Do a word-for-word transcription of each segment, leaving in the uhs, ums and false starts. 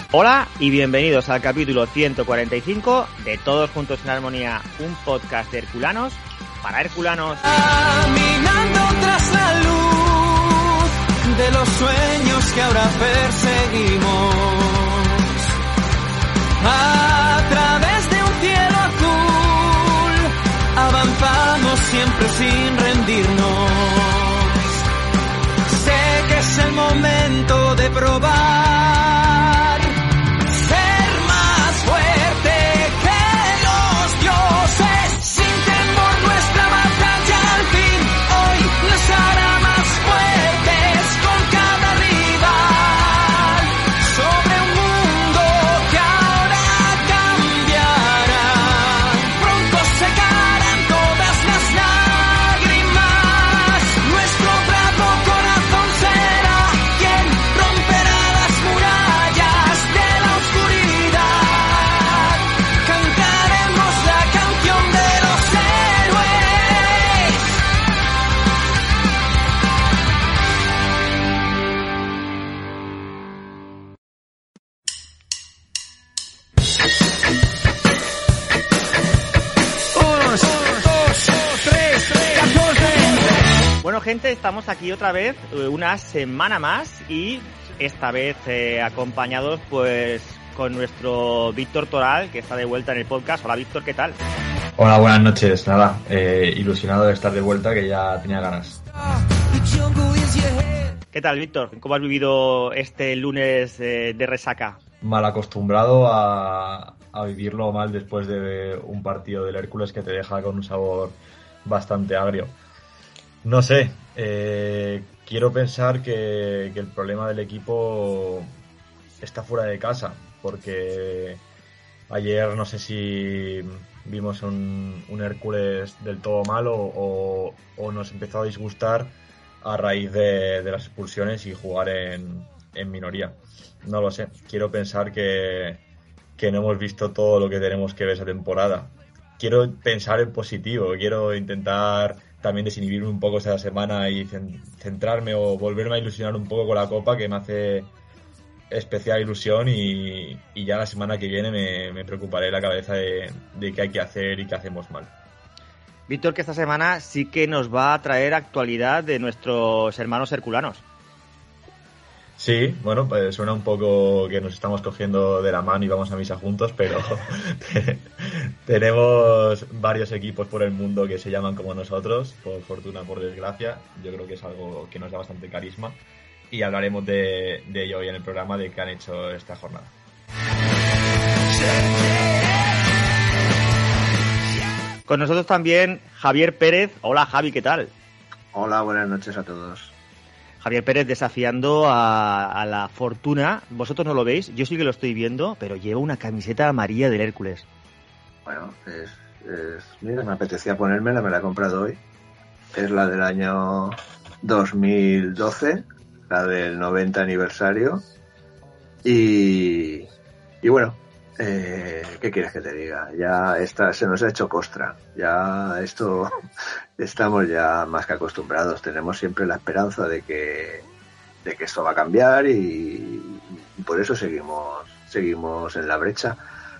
Hola y bienvenidos al capítulo ciento cuarenta y cinco de Todos Juntos en Armonía, un podcast de herculanos para herculanos. Caminando tras la luz de los sueños que ahora perseguimos, a través de un cielo azul, avanzamos siempre sin rendirnos. Sé que es el momento de probar gente, estamos aquí otra vez, una semana más y esta vez eh, acompañados pues con nuestro Víctor Toral, que está de vuelta en el podcast. Hola Víctor, ¿qué tal? Hola, buenas noches. Nada, eh, ilusionado de estar de vuelta, que ya tenía ganas. ¿Qué tal, Víctor? ¿Cómo has vivido este lunes eh, de resaca? Mal acostumbrado a, a vivirlo mal después de un partido del Hércules que te deja con un sabor bastante agrio. No sé, eh, quiero pensar que, que el problema del equipo está fuera de casa, porque ayer no sé si vimos un, un Hércules del todo malo o, o nos empezó a disgustar a raíz de, de las expulsiones y jugar en, en minoría. No lo sé, quiero pensar que, que no hemos visto todo lo que tenemos que ver esa temporada. Quiero pensar en positivo, quiero intentar también desinhibirme un poco esta semana y centrarme o volverme a ilusionar un poco con la Copa, que me hace especial ilusión, y, y ya la semana que viene me, me preocuparé la cabeza de, de qué hay que hacer y qué hacemos mal. Víctor, que esta semana sí que nos va a traer actualidad de nuestros hermanos herculanos. Sí, bueno, pues suena un poco que nos estamos cogiendo de la mano y vamos a misa juntos, pero tenemos varios equipos por el mundo que se llaman como nosotros, por fortuna, por desgracia. Yo creo que es algo que nos da bastante carisma y hablaremos de, de ello hoy en el programa, de qué han hecho esta jornada. Con nosotros también Javier Pérez. Hola Javi, ¿qué tal? Hola, buenas noches a todos. Javier Pérez desafiando a, a la fortuna. Vosotros no lo veis, yo sí que lo estoy viendo, pero lleva una camiseta amarilla del Hércules. Bueno, es, es, mira, me apetecía ponérmela, me la he comprado hoy. Es la del año dos mil doce, la del noventa aniversario. Y, y bueno, eh, ¿qué quieres que te diga? Ya está, se nos ha hecho costra. Ya esto... Estamos ya más que acostumbrados, tenemos siempre la esperanza de que de que esto va a cambiar y, y por eso seguimos seguimos en la brecha.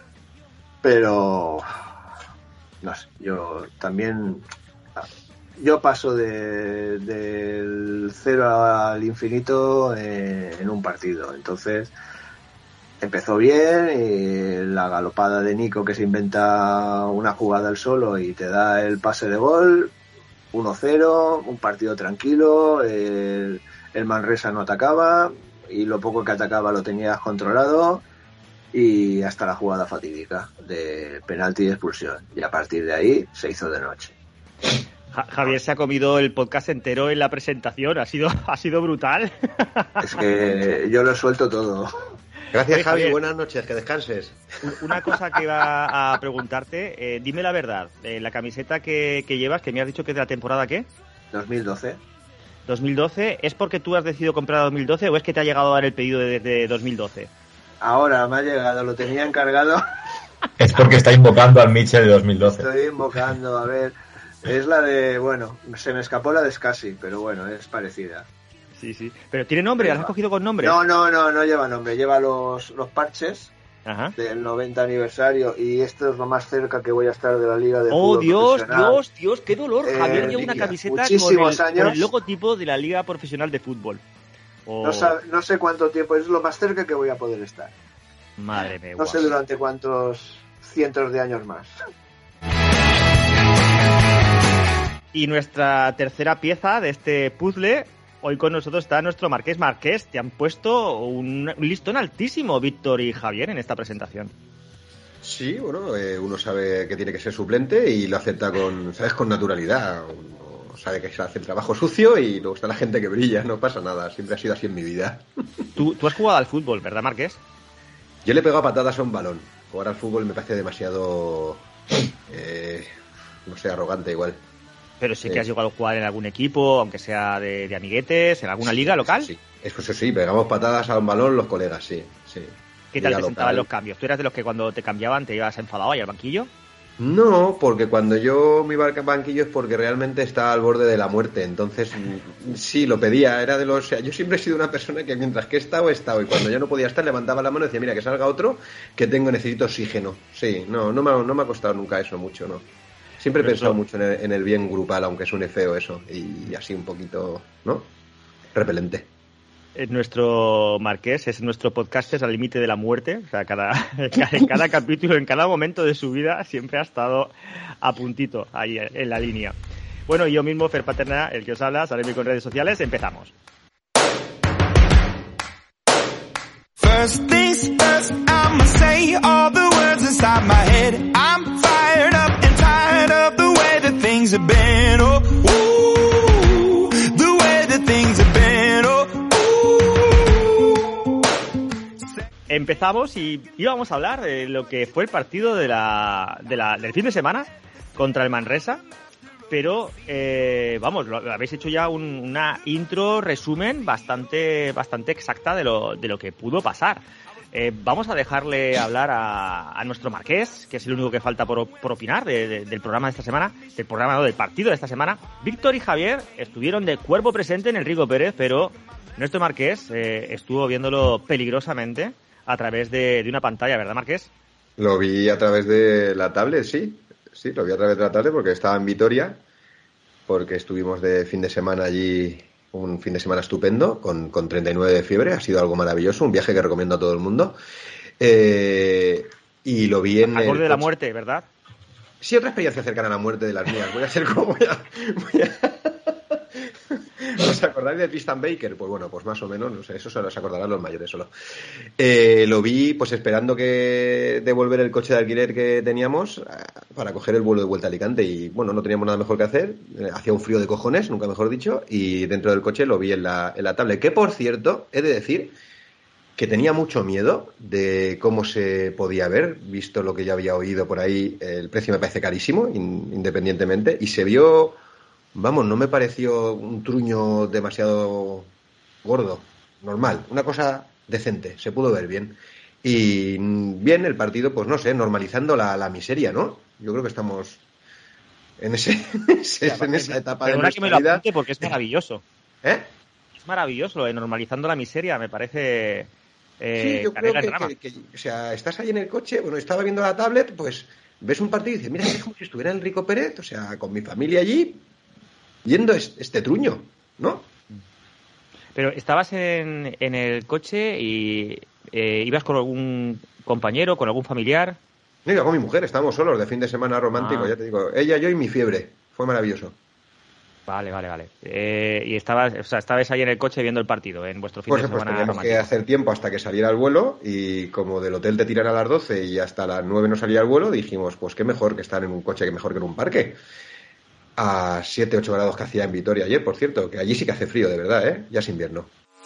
Pero no sé, yo también yo paso de del cero al infinito en, en un partido. Entonces empezó bien, y la galopada de Nico, que se inventa una jugada al solo y te da el pase de gol. uno cero, un partido tranquilo, el, el Manresa no atacaba y lo poco que atacaba lo tenías controlado, y hasta la jugada fatídica de penalti y expulsión, y a partir de ahí se hizo de noche. Javier se ha comido el podcast entero en la presentación, ha sido, ha sido brutal. Es que yo lo suelto todo. Gracias, Oye, Javi, Javier, buenas noches, que descanses. Una cosa que iba a preguntarte, eh, dime la verdad, eh, la camiseta que, que llevas, que me has dicho que es de la temporada, ¿qué? dos mil doce. dos mil doce, ¿es porque tú has decidido comprar dos mil doce o es que te ha llegado a dar el pedido desde dos mil doce? Ahora me ha llegado, lo tenía encargado. Es porque está invocando al Mitchell de dos mil doce. Estoy invocando, a ver. Es la de, bueno, se me escapó la de Scassi, pero bueno, es parecida. Sí, sí. Pero tiene nombre, ¿lo has cogido con nombre? No, no, no, no lleva nombre, lleva los, los parches. Ajá. Del noventa aniversario, y esto es lo más cerca que voy a estar de la Liga de Oh, Fútbol Dios, Profesional. Dios, Dios, qué dolor. Eh, Javier lleva una camiseta con el, con el logotipo de la Liga Profesional de Fútbol. Oh. No, sabe, no sé cuánto tiempo, es lo más cerca que voy a poder estar. Madre mía. No sé durante cuántos cientos de años más. Y nuestra tercera pieza de este puzzle, hoy con nosotros está nuestro Marqués. Marqués, te han puesto un, un listón altísimo, Víctor y Javier, en esta presentación. Sí, bueno, eh, uno sabe que tiene que ser suplente y lo acepta con, ¿sabes? Con naturalidad. Uno sabe que se hace el trabajo sucio y luego está la gente que brilla, no pasa nada, siempre ha sido así en mi vida. Tú, tú has jugado al fútbol, ¿verdad, Marqués? Yo le he pegado patadas a un balón. Jugar al fútbol me parece demasiado, eh, no sé, arrogante igual. Pero sí que has llegado a jugar en algún equipo, aunque sea de, de amiguetes, en alguna liga local. Sí, eso sí, sí, pegamos patadas a un balón los colegas, sí, sí. ¿Qué tal te sentaban los cambios? ¿Tú eras de los que cuando te cambiaban te ibas enfadado ahí al banquillo? No, porque cuando yo me iba al banquillo es porque realmente estaba al borde de la muerte. Entonces, sí, lo pedía. Era de los. O sea, yo siempre he sido una persona que mientras que he estado, he estado. Y cuando ya no podía estar, levantaba la mano y decía, mira, que salga otro, que tengo, necesito oxígeno. Sí, no, no me ha, no me ha costado nunca eso mucho, ¿no? Siempre he Pero pensado eso... mucho en el, en el bien grupal, aunque suene feo eso. Y así un poquito, ¿no? Repelente. Nuestro Marqués es nuestro podcaster al límite de la muerte. O sea, cada, en cada capítulo, en cada momento de su vida, siempre ha estado a puntito ahí en la línea. Bueno, yo mismo, Fer Paterna, el que os habla, Saremi con redes sociales, empezamos. First things first, I'ma say all the words inside my head. I'm fired up and tired of the way that things have been. Oh, ooh, the way that things have been. Oh. Empezamos y íbamos a hablar de lo que fue el partido de la, de la, del fin de semana contra el Manresa, pero eh, vamos, lo, habéis hecho ya un, una intro, resumen bastante, bastante exacta de lo, de lo que pudo pasar. Eh, vamos a dejarle hablar a, a nuestro Marqués, que es el único que falta por, por opinar de, de, del programa de esta semana, del programa no, del partido de esta semana. Víctor y Javier estuvieron de cuerpo presente en el Rico Pérez, pero nuestro Marqués eh, estuvo viéndolo peligrosamente a través de, de una pantalla, ¿verdad, Marqués? Lo vi a través de la tablet, sí. Sí, lo vi a través de la tablet porque estaba en Vitoria, porque estuvimos de fin de semana allí, un fin de semana estupendo, con, con treinta y nueve de fiebre. Ha sido algo maravilloso, un viaje que recomiendo a todo el mundo. Eh, y lo vi en... Al borde de la muerte, ¿verdad? Sí, otra experiencia cercana a la muerte de las mías. Voy a ser como... Voy a, voy a... ¿Os acordáis de Tristan Baker? Pues bueno, pues más o menos, no sé, eso se los acordarán los mayores solo. Eh, lo vi pues esperando que devolver el coche de alquiler que teníamos para coger el vuelo de vuelta a Alicante y bueno, no teníamos nada mejor que hacer, hacía un frío de cojones, nunca mejor dicho, y dentro del coche lo vi en la, en la tablet, que por cierto, he de decir que tenía mucho miedo de cómo se podía ver, visto lo que ya había oído por ahí, el precio me parece carísimo, in, independientemente, y se vio... Vamos, no me pareció un truño demasiado gordo, normal, una cosa decente, se pudo ver bien. Y bien el partido, pues no sé, normalizando la, la miseria, ¿no? Yo creo que estamos en ese, en, ese, en esa etapa de nuestra vida. Que me lo apunte porque es maravilloso. ¿Eh? Es maravilloso lo de normalizando la miseria, me parece... Eh, sí, yo creo que, que, que, o sea, estás ahí en el coche, bueno, estaba viendo la tablet, pues ves un partido y dices, mira, es como si estuviera en el Rico Pérez, o sea, con mi familia allí... Viendo este truño, ¿no? Pero estabas en, en el coche y eh, ibas con algún compañero, con algún familiar. No, iba con mi mujer, estábamos solos de fin de semana romántico, ah. ya te digo. Ella, yo y mi fiebre. Fue maravilloso. Vale, vale, vale. Eh, y estabas, o sea, estabas ahí en el coche viendo el partido, en vuestro fin pues, de pues semana teníamos romántico. Que hacer tiempo hasta que saliera el vuelo y como del hotel te tiran a las doce y hasta las nueve no salía el vuelo, dijimos, pues qué mejor que estar en un coche, que mejor que en un parque. A siete ocho grados que hacía en Vitoria ayer, por cierto, que allí sí que hace frío, de verdad, ¿eh? Ya es invierno.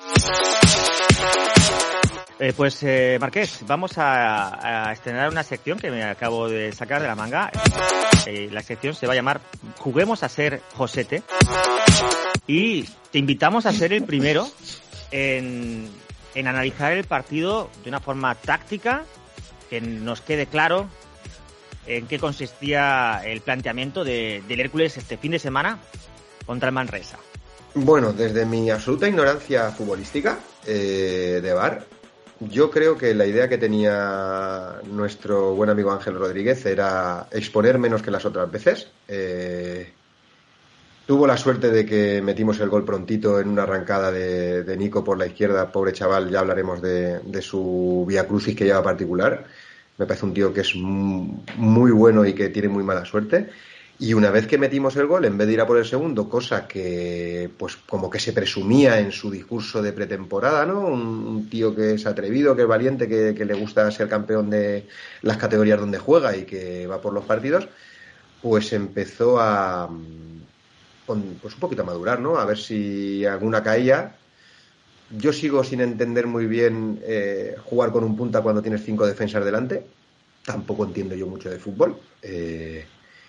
Eh, pues, eh, Marqués, vamos a, a estrenar una sección que me acabo de sacar de la manga. Eh, la sección se va a llamar Juguemos a ser Josete. Y te invitamos a ser el primero en, en analizar el partido de una forma táctica, que nos quede claro en qué consistía el planteamiento de, del Hércules este fin de semana contra el Manresa. Bueno, desde mi absoluta ignorancia futbolística eh, de V A R, yo creo que la idea que tenía nuestro buen amigo Ángel Rodríguez era exponer menos que las otras veces. Eh, tuvo la suerte de que metimos el gol prontito en una arrancada de, de Nico por la izquierda. Pobre chaval, ya hablaremos de, de su vía crucis que lleva particular. Me parece un tío que es muy bueno y que tiene muy mala suerte. Y una vez que metimos el gol, en vez de ir a por el segundo, cosa que pues como que se presumía en su discurso de pretemporada, ¿no? Un, un tío que es atrevido, que es valiente, que, que le gusta ser campeón de las categorías donde juega y que va por los partidos, pues empezó a pues un poquito a madurar, ¿no? A ver si alguna caía. Yo sigo sin entender muy bien eh, jugar con un punta cuando tienes cinco defensas delante. Tampoco entiendo yo mucho de fútbol. Eh...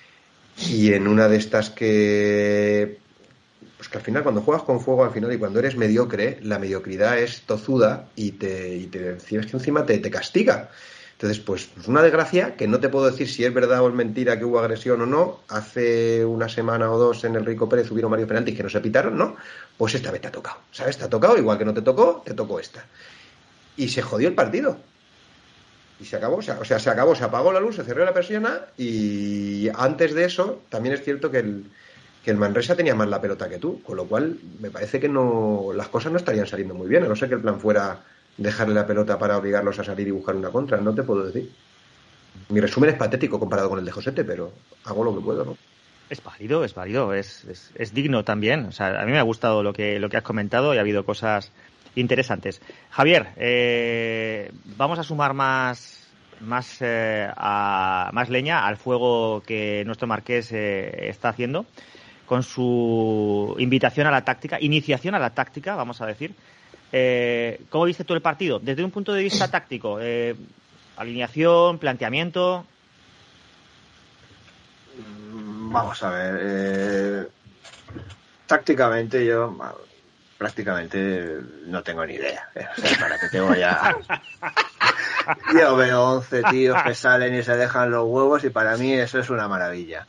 Y en una de estas que pues que al final cuando juegas con fuego al final y cuando eres mediocre, la mediocridad es tozuda y te, y te es que encima te, te castiga. Entonces, pues es una desgracia que no te puedo decir si es verdad o es mentira que hubo agresión o no. Hace una semana o dos en el Rico Pérez hubieron varios penaltis que no se pitaron, ¿no? Pues esta vez te ha tocado, ¿sabes? Te ha tocado, igual que no te tocó, te tocó esta. Y se jodió el partido. Y se acabó, o sea, o sea, se acabó, se apagó la luz, se cerró la persiana y antes de eso también es cierto que el, que el Manresa tenía más la pelota que tú, con lo cual me parece que no las cosas no estarían saliendo muy bien, a no ser que el plan fuera dejarle la pelota para obligarlos a salir y buscar una contra, no te puedo decir. Mi resumen es patético comparado con el de Josete, pero hago lo que puedo, ¿no? Es válido, es válido, es, es, es digno también. O sea, a mí me ha gustado lo que, lo que has comentado y ha habido cosas interesantes. Javier, eh, vamos a sumar más más eh, a, más leña al fuego que nuestro Marqués eh, está haciendo con su invitación a la táctica, iniciación a la táctica, vamos a decir. Eh, ¿Cómo viste tú el partido? Desde un punto de vista táctico, eh, alineación, planteamiento. Vamos a ver. Eh, tácticamente yo prácticamente no tengo ni idea. O sea, para que te voy a... Yo veo once tíos que salen y se dejan los huevos y para mí eso es una maravilla.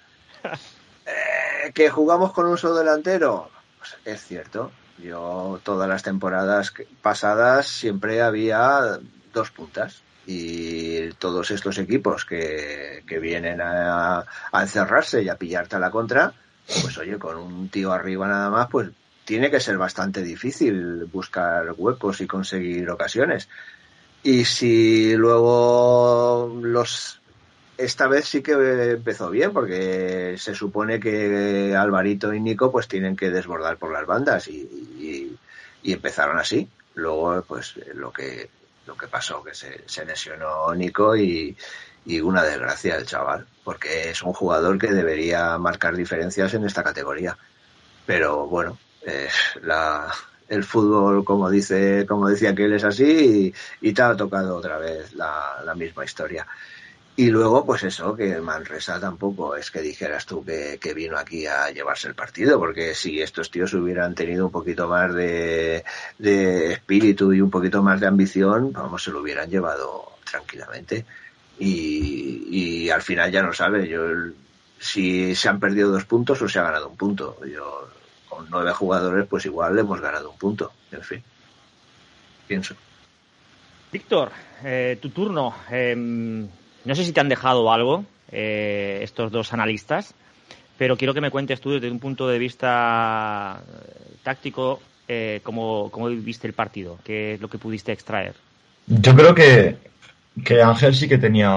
Eh, ¿Que jugamos con un solo delantero? Pues es cierto. Yo todas las temporadas pasadas siempre había dos puntas y todos estos equipos que, que vienen a, a encerrarse y a pillarte a la contra, pues oye, con un tío arriba nada más, pues tiene que ser bastante difícil buscar huecos y conseguir ocasiones. Y si luego los... Esta vez sí que empezó bien, porque se supone que Alvarito y Nico pues tienen que desbordar por las bandas y, y, y empezaron así. Luego pues lo que lo que pasó, que se, se lesionó Nico y, y una desgracia el chaval, porque es un jugador que debería marcar diferencias en esta categoría. Pero bueno, eh, la... el fútbol, como dice como decía aquel, es así y, y te ha tocado otra vez la, la misma historia. Y luego, pues eso, que Manresa tampoco es que dijeras tú que, que vino aquí a llevarse el partido, porque si estos tíos hubieran tenido un poquito más de, de espíritu y un poquito más de ambición, vamos, se lo hubieran llevado tranquilamente. Y, y al final ya no sabe yo si se han perdido dos puntos o se ha ganado un punto. Yo con nueve jugadores pues igual le hemos ganado un punto, en fin, pienso. Víctor, eh, tu turno. Eh, no sé si te han dejado algo eh, estos dos analistas, pero quiero que me cuentes tú desde un punto de vista táctico eh, cómo, cómo viste el partido, qué es lo que pudiste extraer. Yo creo que, que Ángel sí que tenía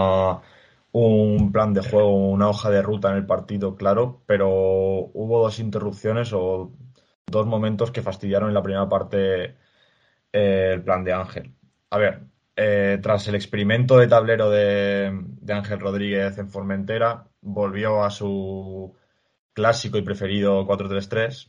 un plan de juego, una hoja de ruta en el partido, claro, pero hubo dos interrupciones o dos momentos que fastidiaron en la primera parte eh, el plan de Ángel. A ver, eh, tras el experimento de tablero de, de Ángel Rodríguez en Formentera, volvió a su clásico y preferido cuatro tres tres,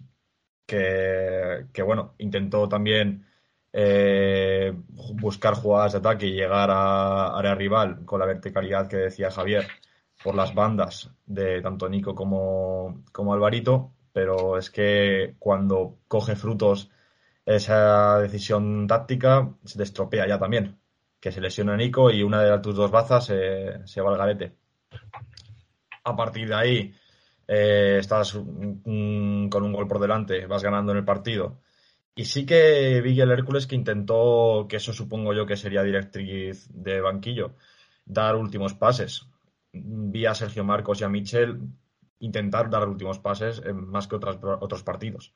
que, que bueno, intentó también eh, buscar jugadas de ataque y llegar a área rival con la verticalidad que decía Javier por las bandas de tanto Nico como, como Alvarito, pero es que cuando coge frutos esa decisión táctica se te estropea ya también, que se lesiona Nico y una de tus dos bazas se, se va al garete. A partir de ahí eh, estás mm, con un gol por delante, vas ganando en el partido. Y sí que vi el Hércules que intentó, que eso supongo yo que sería directriz de banquillo, dar últimos pases. Vi a Sergio Marcos y a Michel intentar dar últimos pases en más que otras, otros partidos.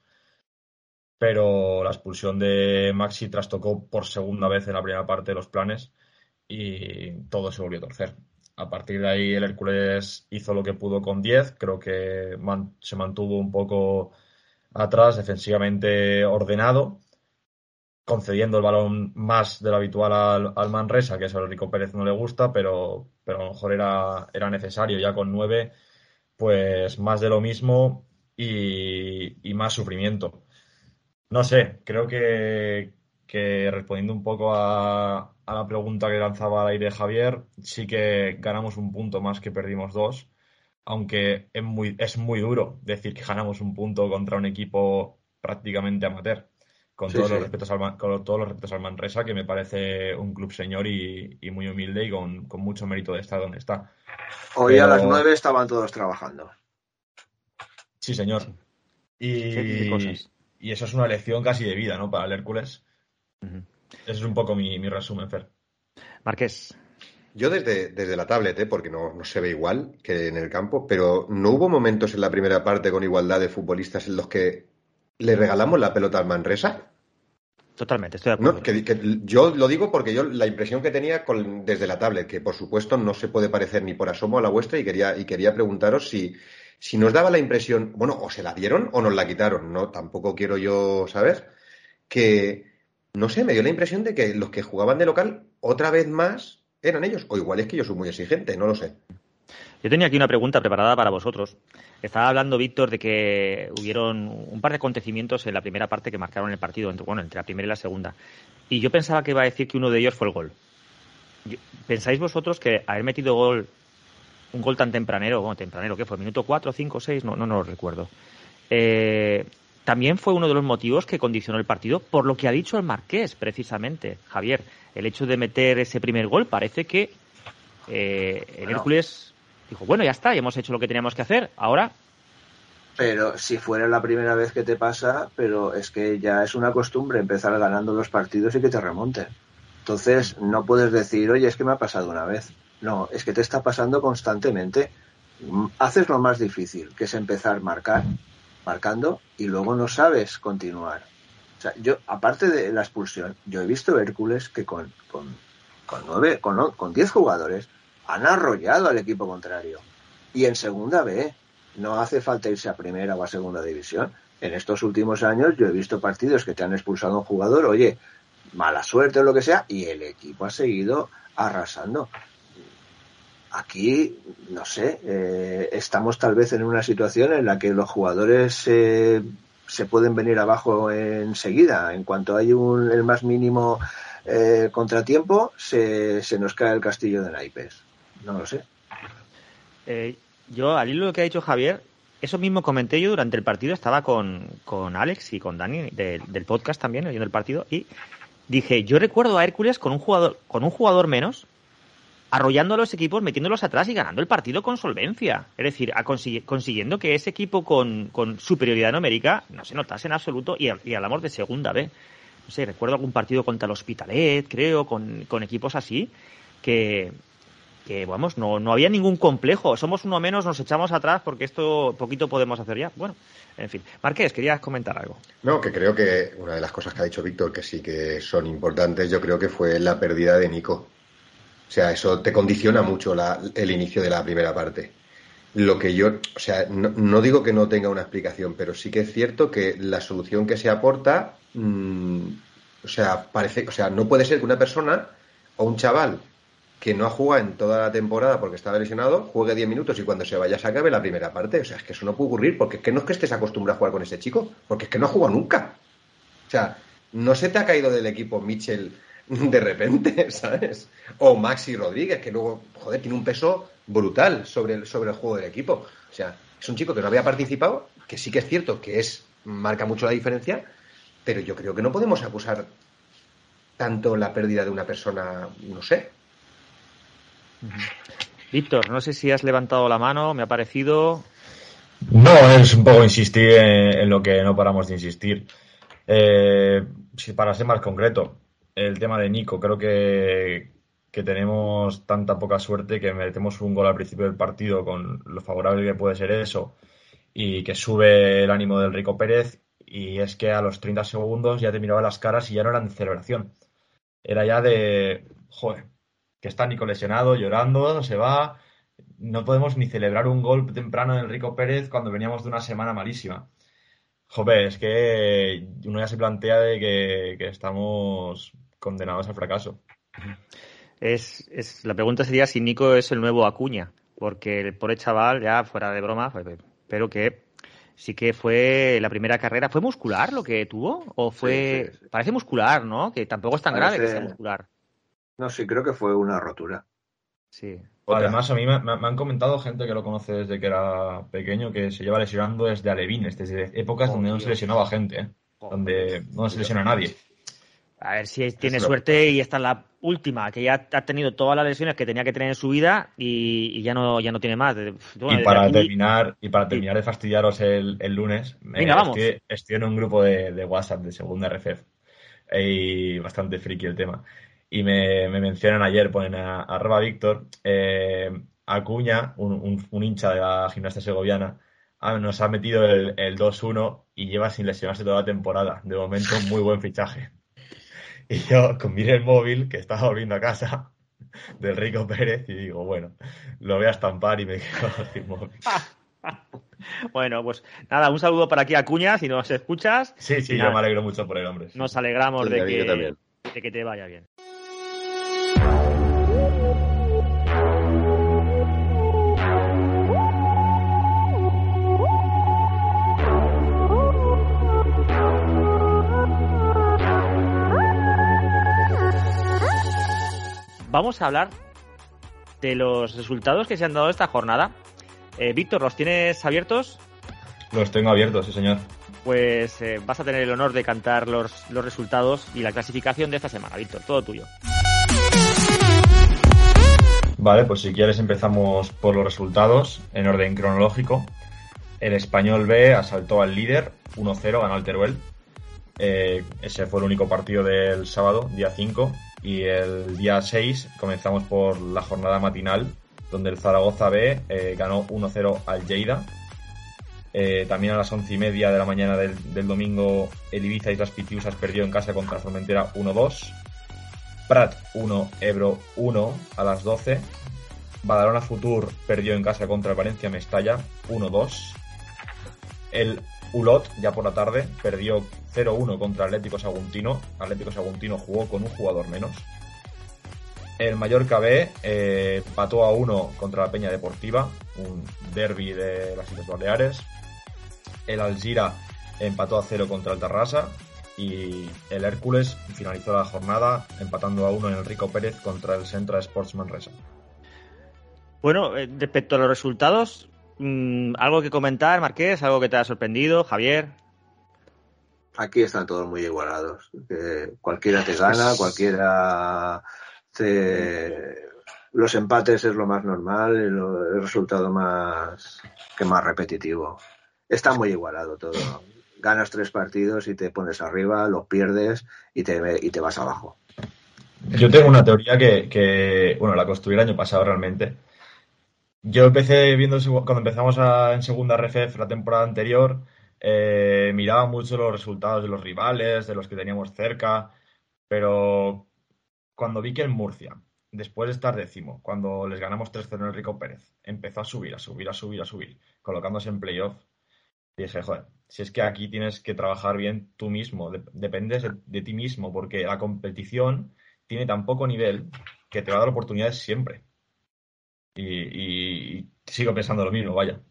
Pero la expulsión de Maxi trastocó por segunda vez en la primera parte de los planes y todo se volvió a torcer. A partir de ahí el Hércules hizo lo que pudo con diez, creo que man- se mantuvo un poco atrás, defensivamente ordenado, concediendo el balón más de lo habitual al, al Manresa, que eso a Rico Pérez no le gusta, pero, pero a lo mejor era, era necesario. Ya con nueve, pues más de lo mismo y, y más sufrimiento. No sé, creo que, que respondiendo un poco a, a la pregunta que lanzaba al aire Javier, sí que ganamos un punto más que perdimos dos, aunque es muy, es muy duro decir que ganamos un punto contra un equipo prácticamente amateur, con Sí, todos sí. los respetos al, Man- con todos los respetos al Manresa, que me parece un club señor y, y muy humilde y con, con mucho mérito de estar donde está. Hoy a las Pero nueve estaban todos trabajando. sí, señor. Sí. ¿Qué, qué Y, cosas? y eso es una lección casi de vida, ¿no? Para el Hércules. Ujú. Ese es un poco mi, mi resumen, Fer. Marqués. Yo desde, desde la tablet, ¿eh? Porque no, no se ve igual que en el campo, pero ¿no hubo momentos en la primera parte con igualdad de futbolistas en los que le regalamos la pelota al Manresa? Totalmente, estoy de acuerdo. No, que, que yo lo digo porque yo la impresión que tenía con, desde la tablet, que por supuesto no se puede parecer ni por asomo a la vuestra, y quería, y quería preguntaros si, si nos daba la impresión, bueno, o se la dieron o nos la quitaron, no, tampoco quiero yo saber, que, no sé, me dio la impresión de que los que jugaban de local, otra vez más, eran ellos, o igual es que yo soy muy exigente, no lo sé. Yo tenía aquí una pregunta preparada para vosotros. Estaba hablando Víctor de que hubieron un par de acontecimientos en la primera parte que marcaron el partido, entre, bueno, entre la primera y la segunda. Y yo pensaba que iba a decir que uno de ellos fue el gol. Yo- ¿Pensáis vosotros que haber metido gol, un gol tan tempranero, bueno, tempranero, ¿qué fue? ¿Minuto cuatro, cinco, seis? No, no, no lo recuerdo. Eh, también fue uno de los motivos que condicionó el partido, por lo que ha dicho el Marqués, precisamente, Javier. El hecho de meter ese primer gol parece que eh, el Bueno. Hércules dijo, bueno, ya está, ya hemos hecho lo que teníamos que hacer, ahora... Pero si fuera la primera vez que te pasa, pero es que ya es una costumbre empezar ganando los partidos y que te remonten. Entonces no puedes decir, oye, es que me ha pasado una vez. No, es que te está pasando constantemente. Mm, Haces lo más difícil, que es empezar marcar, marcando, y luego no sabes continuar. O sea, yo, aparte de la expulsión, yo he visto Hércules que con, con, con nueve, con, no- con diez jugadores han arrollado al equipo contrario. Y en segunda B, no hace falta irse a primera o a segunda división. En estos últimos años yo he visto partidos que te han expulsado a un jugador, oye, mala suerte o lo que sea, y el equipo ha seguido arrasando. Aquí, no sé, eh, estamos tal vez en una situación en la que los jugadores eh, se pueden venir abajo enseguida. En cuanto hay un, el más mínimo eh, contratiempo, se, se nos cae el castillo de naipes. No lo sé. Eh, yo, al hilo de lo que ha dicho Javier, eso mismo comenté yo durante el partido, estaba con, con Alex y con Dani de- del podcast también, oyendo el partido, y dije, yo recuerdo a Hércules con un jugador, con un jugador menos, arrollando a los equipos, metiéndolos atrás y ganando el partido con solvencia. Es decir, a consigue- consiguiendo que ese equipo con, con superioridad numérica no se notase en absoluto, y, y hablamos de segunda B. No sé, recuerdo algún partido contra el Hospitalet, creo, con, con equipos así, que, que vamos, no, no había ningún complejo. Somos uno menos, nos echamos atrás porque esto poquito podemos hacer ya. Bueno, en fin. Marqués, querías comentar algo. No, que creo que una de las cosas que ha dicho Víctor, que sí que son importantes, yo creo que fue la pérdida de Nico. O sea, eso te condiciona mucho la, el inicio de la primera parte. Lo que yo, o sea, no, no digo que no tenga una explicación, pero sí que es cierto que la solución que se aporta, mmm, o sea, parece, o sea, no puede ser que una persona o un chaval que no ha jugado en toda la temporada porque estaba lesionado, juegue diez minutos y cuando se vaya se acabe la primera parte. O sea, es que eso no puede ocurrir, porque es que no es que estés acostumbrado a jugar con ese chico, porque es que no ha jugado nunca. O sea, no se te ha caído del equipo Mitchell de repente, ¿sabes? O Maxi Rodríguez, que luego, joder, tiene un peso brutal sobre el, sobre el juego del equipo. O sea, es un chico que no había participado, que sí que es cierto que es marca mucho la diferencia, pero yo creo que no podemos acusar tanto la pérdida de una persona, no sé. Víctor, no sé si has levantado la mano, me ha parecido... No, es un poco insistir en, en lo que no paramos de insistir. Eh, si para ser más concreto, el tema de Nico, creo que, que tenemos tanta poca suerte que merecemos un gol al principio del partido con lo favorable que puede ser eso y que sube el ánimo del Rico Pérez y es que a los treinta segundos ya te miraba las caras y ya no eran de celebración. Era ya de, joder, que está Nico lesionado, llorando, se va. No podemos ni celebrar un gol temprano del Rico Pérez cuando veníamos de una semana malísima. Joder, es que uno ya se plantea de que, que estamos condenados al fracaso. Es, es, la pregunta sería si Nico es el nuevo Acuña, porque el pobre chaval, ya fuera de broma, pero que sí que fue la primera carrera. ¿Fue muscular lo que tuvo? ¿O fue...? Sí, sí, sí. Parece muscular, ¿no? Que tampoco es tan Parece... grave que sea muscular. No, sí, creo que fue una rotura. Sí. Además, a mí me, me, han comentado gente que lo conoce desde que era pequeño que se lleva lesionando desde alevines, desde épocas oh, donde Dios. no se lesionaba gente, ¿eh? Oh, donde no se lesiona a nadie. A ver si tiene es suerte y esta es la última, que ya ha tenido todas las lesiones que tenía que tener en su vida y, y ya no ya no tiene más. Bueno, y, para aquí... terminar, y para terminar de fastidiaros el, el lunes, Venga, eh, vamos. Estoy, estoy en un grupo de, de WhatsApp de Segunda R F F y bastante friki el tema. Y me, me mencionan ayer, ponen a, a arroba Víctor, eh, Acuña, un, un, un hincha de la Gimnasia Segoviana, ah, nos ha metido el, el dos uno y lleva sin lesionarse toda la temporada. De momento, muy buen fichaje. Y yo, con miré el móvil, que estaba volviendo a casa, del Rico Pérez, y digo, bueno, lo voy a estampar y me quedo sin móvil. Bueno, pues nada, un saludo para aquí a Acuña, si nos escuchas. Sí, sí, yo me alegro mucho por el hombre. Sí. Nos alegramos sí, de, que, de que te vaya bien. Vamos a hablar de los resultados que se han dado esta jornada. Eh, Víctor, ¿los tienes abiertos? Los tengo abiertos, sí, señor. Pues eh, vas a tener el honor de cantar los, los resultados y la clasificación de esta semana, Víctor, todo tuyo. Vale, pues si quieres empezamos por los resultados en orden cronológico. El Español B asaltó al líder, uno cero, ganó al Teruel. Eh, ese fue el único partido del sábado, día cinco. Y el día seis comenzamos por la jornada matinal, donde el Zaragoza B eh, ganó uno cero al Lleida. Eh, también a las once y media de la mañana del, del domingo, el Ibiza Islas Pitiusas perdió en casa contra Formentera uno dos. Prat uno, Ebro uno a las doce. Badalona Futur perdió en casa contra el Valencia Mestalla uno dos. El Ulot, ya por la tarde, perdió cero uno contra Atlético Saguntino. Atlético Saguntino jugó con un jugador menos. El Mallorca B eh, empató a uno contra la Peña Deportiva, un derbi de las Islas Baleares. El Alzira empató a cero contra el Tarrasa. Y el Hércules finalizó la jornada empatando a uno en el Rico Pérez contra el Centra Sports Manresa. Bueno, eh, respecto a los resultados, mmm, ¿algo que comentar, Marqués? ¿Algo que te ha sorprendido, Javier? Aquí están todos muy igualados. Eh, cualquiera te gana, cualquiera te... Los empates es lo más normal, el, el resultado más que más repetitivo. Está muy igualado todo. Ganas tres partidos y te pones arriba, los pierdes y te, y te vas abajo. Yo tengo una teoría que, que, bueno, la construí el año pasado realmente. Yo empecé viendo, cuando empezamos a, en segunda R F F la temporada anterior, eh, miraba mucho los resultados de los rivales, de los que teníamos cerca, pero cuando vi que en Murcia, después de estar décimo, cuando les ganamos tres cero en el Rico Pérez, empezó a subir, a subir, a subir, a subir, colocándose en playoff, dije, joder, si es que aquí tienes que trabajar bien tú mismo, de, dependes de, de ti mismo, porque la competición tiene tan poco nivel que te va a dar oportunidades siempre. Y, y, y sigo pensando lo mismo, vaya.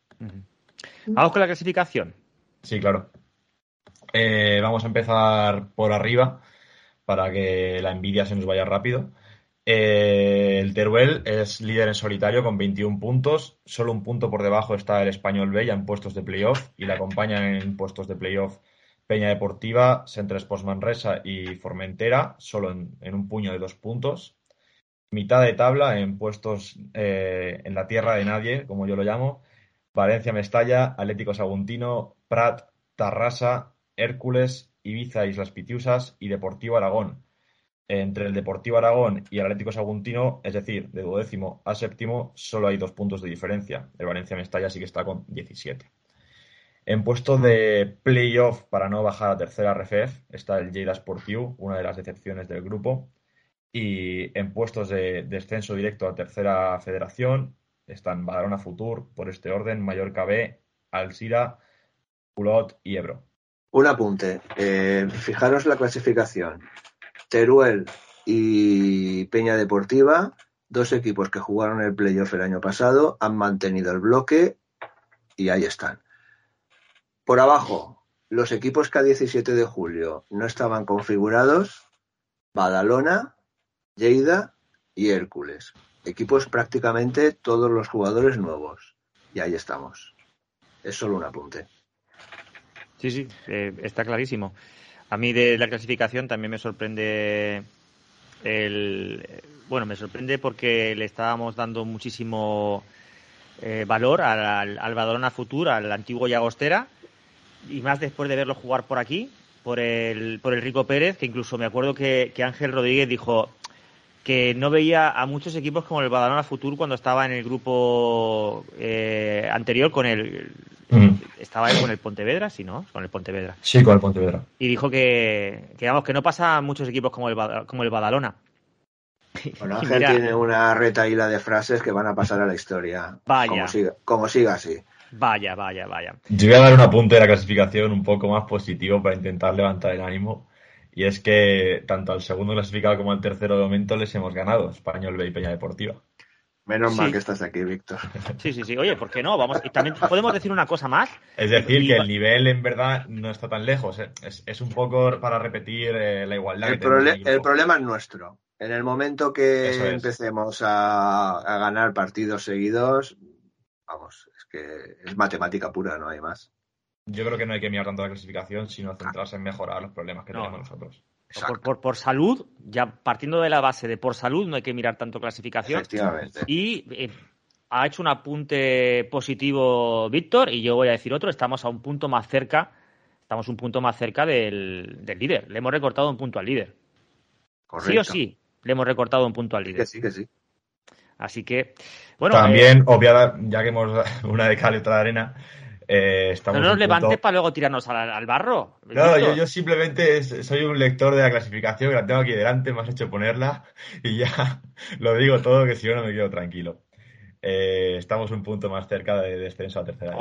Vamos con la clasificación. Sí, claro. Eh, vamos a empezar por arriba para que la envidia se nos vaya rápido. Eh, el Teruel es líder en solitario con veintiún puntos. Solo un punto por debajo está el Español B ya en puestos de playoff y le acompañan en puestos de playoff Peña Deportiva, Centre Sports Manresa y Formentera, solo en, en un puño de dos puntos. Mitad de tabla en puestos eh, en la tierra de nadie, como yo lo llamo. Valencia Mestalla, Atlético Saguntino, Prat, Tarrasa, Hércules, Ibiza, Islas Pitiusas y Deportivo Aragón. Entre el Deportivo Aragón y el Atlético Saguntino, es decir, de duodécimo a séptimo, solo hay dos puntos de diferencia. El Valencia Mestalla sí que está con diecisiete. En puestos de playoff para no bajar a tercera R F F está el Lleida Esportiu, una de las decepciones del grupo. Y en puestos de descenso directo a tercera federación están Badalona Futur, por este orden, Mallorca B, Alzira, Olot y Ebro. Un apunte. Eh, fijaros la clasificación. Teruel y Peña Deportiva, dos equipos que jugaron el playoff el año pasado, han mantenido el bloque y ahí están. Por abajo, los equipos que a diecisiete de julio no estaban configurados, Badalona, Lleida y Hércules. Equipos prácticamente todos los jugadores nuevos. Y ahí estamos. Es solo un apunte. Sí, sí, eh, está clarísimo. A mí de la clasificación también me sorprende el... Bueno, me sorprende porque le estábamos dando muchísimo eh, valor al, al Badalona Futur, al antiguo Llagostera, y más después de verlo jugar por aquí, por el, por el Rico Pérez, que incluso me acuerdo que, que Ángel Rodríguez dijo que no veía a muchos equipos como el Badalona Futur cuando estaba en el grupo eh, anterior con el... Mm. Estaba él con el Pontevedra, sí, ¿no? Con el Pontevedra. Sí, con el Pontevedra. Y dijo que, que, digamos, que no pasa a muchos equipos como el, como el Badalona. Bueno, Ángel mira, tiene una retahíla de frases que van a pasar a la historia. Vaya. Como siga, como siga así. Vaya, vaya, vaya. Yo voy a dar un apunte de la clasificación un poco más positivo para intentar levantar el ánimo. Y es que tanto al segundo clasificado como al tercero de momento les hemos ganado, Español B y Peña Deportiva. Menos sí. mal que estás aquí, Víctor. Sí, sí, sí. Oye, ¿por qué no? Vamos. Y también podemos decir una cosa más. Es decir, y... que el nivel en verdad no está tan lejos. Es, es un poco para repetir eh, la igualdad. El, que prole- el problema es nuestro. En el momento que es. empecemos a, a ganar partidos seguidos, vamos, es que es matemática pura, no hay más. Yo creo que no hay que mirar tanto la clasificación, sino centrarse en mejorar los problemas que no. tenemos nosotros. Por, por, por salud, ya partiendo de la base de por salud, no hay que mirar tanto clasificación. Efectivamente. Y eh, ha hecho un apunte positivo Víctor, y yo voy a decir otro. Estamos a un punto más cerca, estamos un punto más cerca del, del líder. Le hemos recortado un punto al líder. Correcto. Sí o sí, le hemos recortado un punto al líder. Que sí, que sí. Así que, bueno. También, eh, obviada, ya que hemos una de cal y otra de arena. Eh, no nos levantes punto... para luego tirarnos al, al barro. No, yo, yo simplemente soy un lector de la clasificación, que la tengo aquí delante, me has hecho ponerla y ya lo digo todo, que si no, no me quedo tranquilo. Eh, estamos un punto más cerca de descenso a tercera.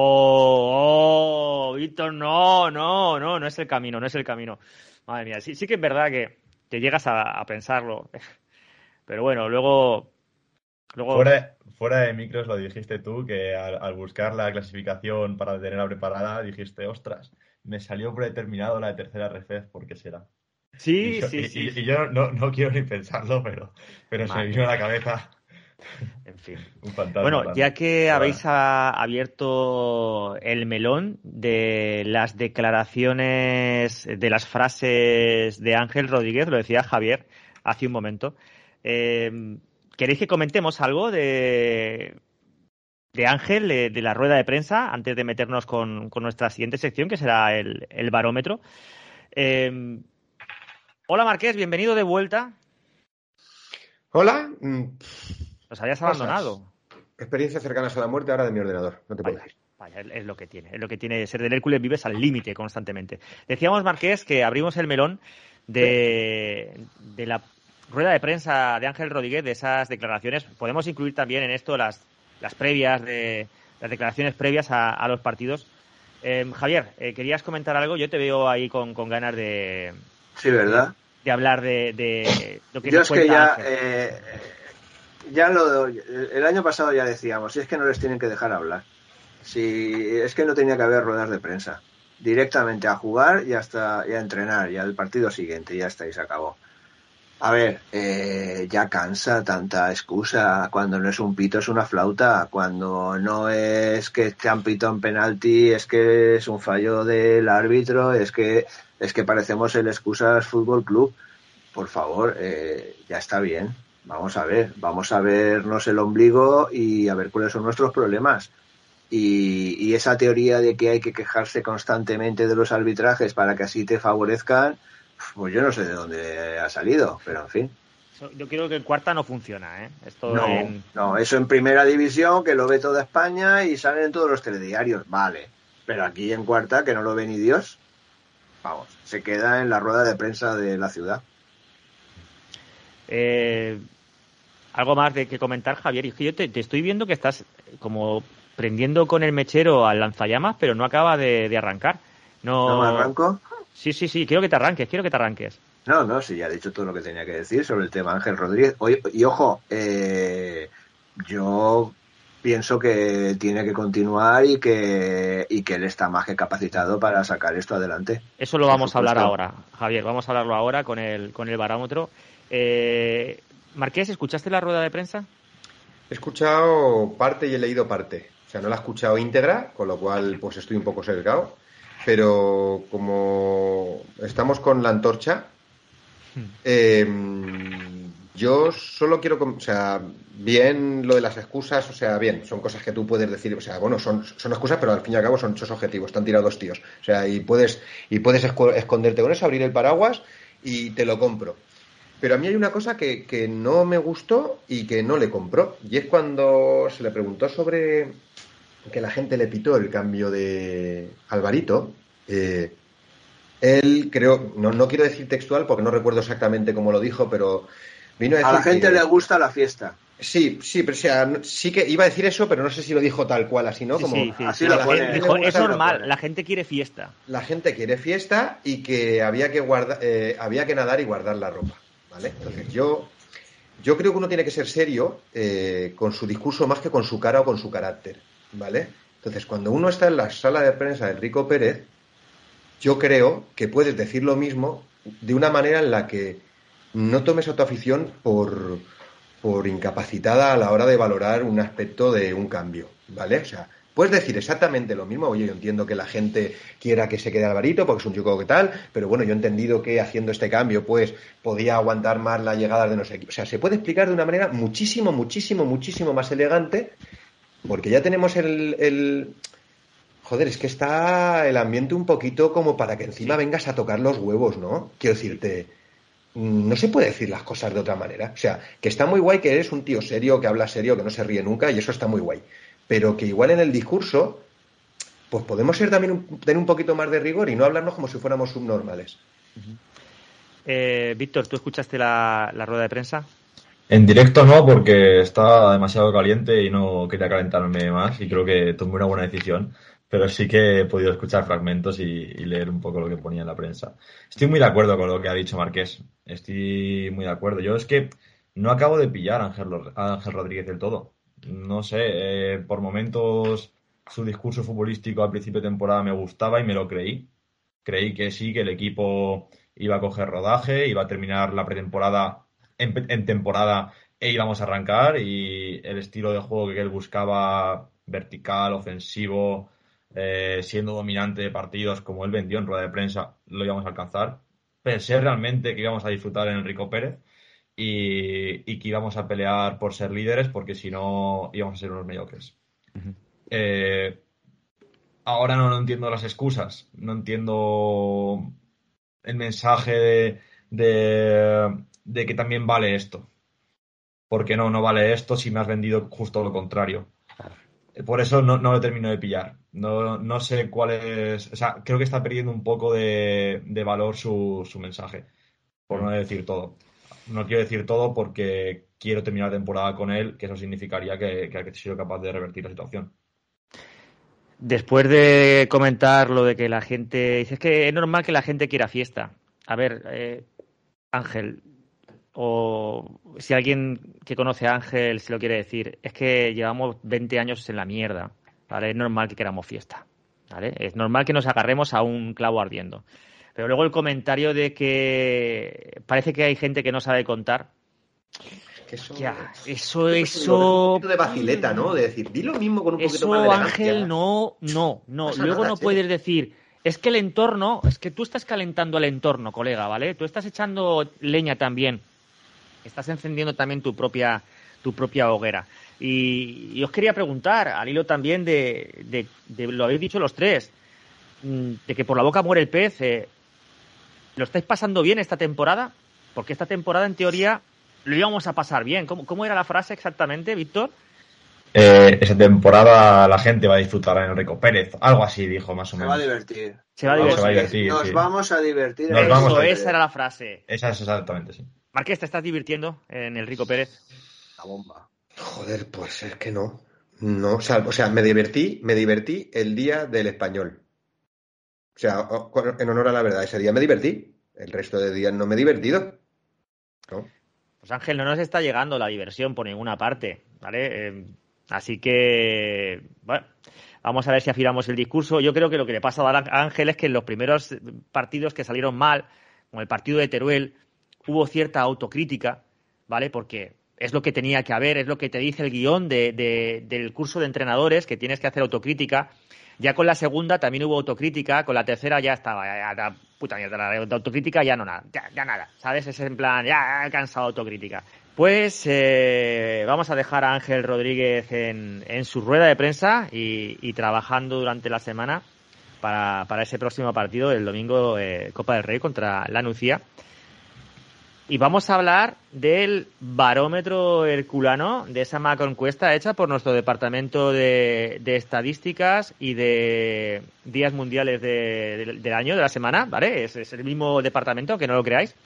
Oh, oh, Víctor, no, no, no, no es el camino, no es el camino. Madre mía, sí, sí que es verdad que te llegas a, a pensarlo. Pero bueno, luego... luego... Fuera, fuera de micros lo dijiste tú, que al, al buscar la clasificación para tenerla preparada, dijiste, ostras, me salió predeterminado la de tercera R F F, ¿por qué será? Sí, y yo, sí, y, sí. Y, y yo no, no quiero ni pensarlo, pero, pero se me vino a la cabeza. En fin. Un fantasma. Bueno, grande. ya que habéis a, abierto el melón de las declaraciones, de las frases de Ángel Rodríguez, lo decía Javier hace un momento, eh, ¿queréis que comentemos algo de, de Ángel, de, de la rueda de prensa, antes de meternos con, con nuestra siguiente sección, que será el, el barómetro? Eh, hola Marqués, bienvenido de vuelta. Hola. Nos habías abandonado. Experiencias cercanas a la muerte ahora de mi ordenador, no te puedo decir. Vaya, es lo que tiene, es lo que tiene ser del Hércules, vives al límite constantemente. Decíamos, Marqués, que abrimos el melón de, de la rueda de prensa de Ángel Rodríguez, de esas declaraciones. Podemos incluir también en esto las, las previas, de las declaraciones previas a, a los partidos. Eh, Javier, eh, ¿querías comentar algo? Yo te veo ahí con, con ganas de... Sí, ¿verdad? De, de hablar de, de lo que Yo nos es que ya... Ángel. Eh, ya lo el año pasado ya decíamos, si es que no les tienen que dejar hablar. Si es que no tenía que haber ruedas de prensa. Directamente a jugar y hasta y a entrenar, y al partido siguiente, ya está, y se acabó. A ver, eh, ya cansa tanta excusa. Cuando no es un pito es una flauta. Cuando no es que te han pitado en penalti, es que es un fallo del árbitro. Es que es que parecemos el Excusas Fútbol Club. Por favor, eh, ya está bien. Vamos a ver, vamos a vernos el ombligo y a ver cuáles son nuestros problemas. y, y esa teoría de que hay que quejarse constantemente de los arbitrajes para que así te favorezcan, pues yo no sé de dónde ha salido, pero en fin. Yo creo que en cuarta no funciona, ¿eh? Esto No, en... no, eso en primera división, que lo ve toda España y salen en todos los telediarios, vale. Pero aquí en cuarta, que no lo ve ni Dios, vamos, se queda en la rueda de prensa de la ciudad. Eh, algo más de que comentar, Javier. Y es que yo te, te estoy viendo que estás como prendiendo con el mechero al lanzallamas, pero no acaba de, de arrancar. No... ¿No me arranco? Sí, sí, sí, quiero que te arranques, quiero que te arranques. No, no, sí, ya he dicho todo lo que tenía que decir sobre el tema Ángel Rodríguez. Oye, y ojo, eh, yo pienso que tiene que continuar y que, y que él está más que capacitado para sacar esto adelante. Eso lo vamos a hablar ahora, Javier, vamos a hablarlo ahora con el, con el barómetro. Eh, Marqués, ¿escuchaste la rueda de prensa? He escuchado parte y he leído parte. O sea, no la he escuchado íntegra, con lo cual pues estoy un poco sesgado. Pero como estamos con la antorcha, eh, yo solo quiero... O sea, bien lo de las excusas, o sea, bien, son cosas que tú puedes decir, o sea, bueno, son, son excusas, pero al fin y al cabo son hechos objetivos, están tirados dos tíos. O sea, y puedes, y puedes esconderte con eso, abrir el paraguas y te lo compro. Pero a mí hay una cosa que, que no me gustó y que no le compró. Y es cuando se le preguntó sobre que la gente le pitó el cambio de Alvarito. Eh, él creo, no, no quiero decir textual porque no recuerdo exactamente cómo lo dijo, pero vino a decir a la gente que, le gusta la fiesta. Sí, sí, pero o sea, sí que iba a decir eso, pero no sé si lo dijo tal cual, así, ¿no? Sí, Como, sí, sí. Así lo pone. Dijo, es normal, la gente quiere fiesta. La gente quiere fiesta y que había que guardar, eh, había que nadar y guardar la ropa, ¿vale? Entonces yo, yo creo que uno tiene que ser serio eh, con su discurso más que con su cara o con su carácter, ¿vale? Entonces, cuando uno está en la sala de prensa de Rico Pérez, yo creo que puedes decir lo mismo de una manera en la que no tomes a tu afición por, por incapacitada a la hora de valorar un aspecto de un cambio, ¿vale? O sea, puedes decir exactamente lo mismo. Oye, yo entiendo que la gente quiera que se quede Alvarito porque es un chico que tal, pero bueno, yo he entendido que haciendo este cambio, pues, podía aguantar más la llegada de no sé qué. O sea, se puede explicar de una manera muchísimo, muchísimo, muchísimo más elegante, porque ya tenemos el... el... Joder, es que está el ambiente un poquito como para que encima vengas a tocar los huevos, ¿no? Quiero decirte, no se puede decir las cosas de otra manera. O sea, que está muy guay que eres un tío serio, que habla serio, que no se ríe nunca, y eso está muy guay. Pero que igual en el discurso, pues podemos ser también un, tener un poquito más de rigor y no hablarnos como si fuéramos subnormales. Uh-huh. eh, Víctor, ¿tú escuchaste la, la rueda de prensa? En directo no, porque estaba demasiado caliente y no quería calentarme más y creo que tomé una buena decisión. Pero sí que he podido escuchar fragmentos y, y leer un poco lo que ponía en la prensa. Estoy muy de acuerdo con lo que ha dicho Marqués. Estoy muy de acuerdo. Yo es que no acabo de pillar a Ángel, a Ángel Rodríguez del todo. No sé, eh, por momentos su discurso futbolístico al principio de temporada me gustaba y me lo creí. Creí que sí, que el equipo iba a coger rodaje, iba a terminar la pretemporada en, en temporada e íbamos a arrancar y el estilo de juego que él buscaba, vertical, ofensivo... Eh, siendo dominante de partidos como él vendió en rueda de prensa, lo íbamos a alcanzar. Pensé realmente que íbamos a disfrutar en Enrico Pérez y, y que íbamos a pelear por ser líderes porque si no íbamos a ser unos mediocres. Uh-huh. Eh, ahora no, no entiendo las excusas, no entiendo el mensaje de, de, de que también vale esto. Porque no, no vale esto si me has vendido justo lo contrario. Por eso no, no lo termino de pillar. No, no sé cuál es... O sea, creo que está perdiendo un poco de, de valor su, su mensaje. Por no decir todo. No quiero decir todo porque quiero terminar la temporada con él, que eso significaría que, que he sido capaz de revertir la situación. Después de comentar lo de que la gente... Dice, es que es normal que la gente quiera fiesta. A ver, eh, Ángel... o si alguien que conoce a Ángel se lo quiere decir, es que llevamos veinte años en la mierda, ¿vale? Es normal que queramos fiesta, ¿vale? Es normal que nos agarremos a un clavo ardiendo. Pero luego el comentario de que parece que hay gente que no sabe contar. Que eso, ya, eso, eso, eso... Un poquito de vacileta, ¿no? De decir, di lo mismo con un poquito eso, más de elegancia. Ángel, no, no, no. Pasa Luego nada, no che. puedes decir... Es que el entorno... Es que tú estás calentando el entorno, colega, ¿vale? Tú estás echando leña también. Estás encendiendo también tu propia tu propia hoguera. Y, y os quería preguntar, al hilo también de, de, de lo habéis dicho los tres, de que por la boca muere el pez, eh, ¿lo estáis pasando bien esta temporada? Porque esta temporada, en teoría, lo íbamos a pasar bien. ¿Cómo, cómo era la frase exactamente, Víctor? Eh, esa temporada la gente va a disfrutar en Enrico Pérez. Algo así dijo, más o Se menos. va a divertir. Se va a divertir. Se va a divertir, Nos sí. vamos a divertir. Nos en vamos Eso, a- esa era la frase. Esa es exactamente, sí. Marqués, ¿te estás divirtiendo en Enrico Pérez? La bomba. Joder, pues es que no. No, o sea, o sea, me divertí, me divertí el día del Español. O sea, o- en honor a la verdad, ese día me divertí. El resto de días no me he divertido. ¿No? Pues Ángel, no nos está llegando la diversión por ninguna parte, ¿vale? Eh, así que, bueno, vamos a ver si afilamos el discurso. Yo creo que lo que le pasa a Ángel es que en los primeros partidos que salieron mal, como el partido de Teruel, hubo cierta autocrítica, ¿vale? Porque es lo que tenía que haber, es lo que te dice el guión de, de, del curso de entrenadores, que tienes que hacer autocrítica. Ya con la segunda también hubo autocrítica, con la tercera ya estaba, ya, ya, puta mierda, la autocrítica ya no nada, ya, ya nada, ¿sabes? Es en plan, ya he cansado de autocrítica. Pues eh, vamos a dejar a Ángel Rodríguez en, en su rueda de prensa y, y trabajando durante la semana para, para ese próximo partido, el domingo, eh, Copa del Rey contra la Nucía. Y vamos a hablar del barómetro herculano, de esa macroencuesta hecha por nuestro departamento de, de estadísticas y de días mundiales de, de, del año, de la semana, ¿vale? Es, es el mismo departamento, aunque no lo creáis.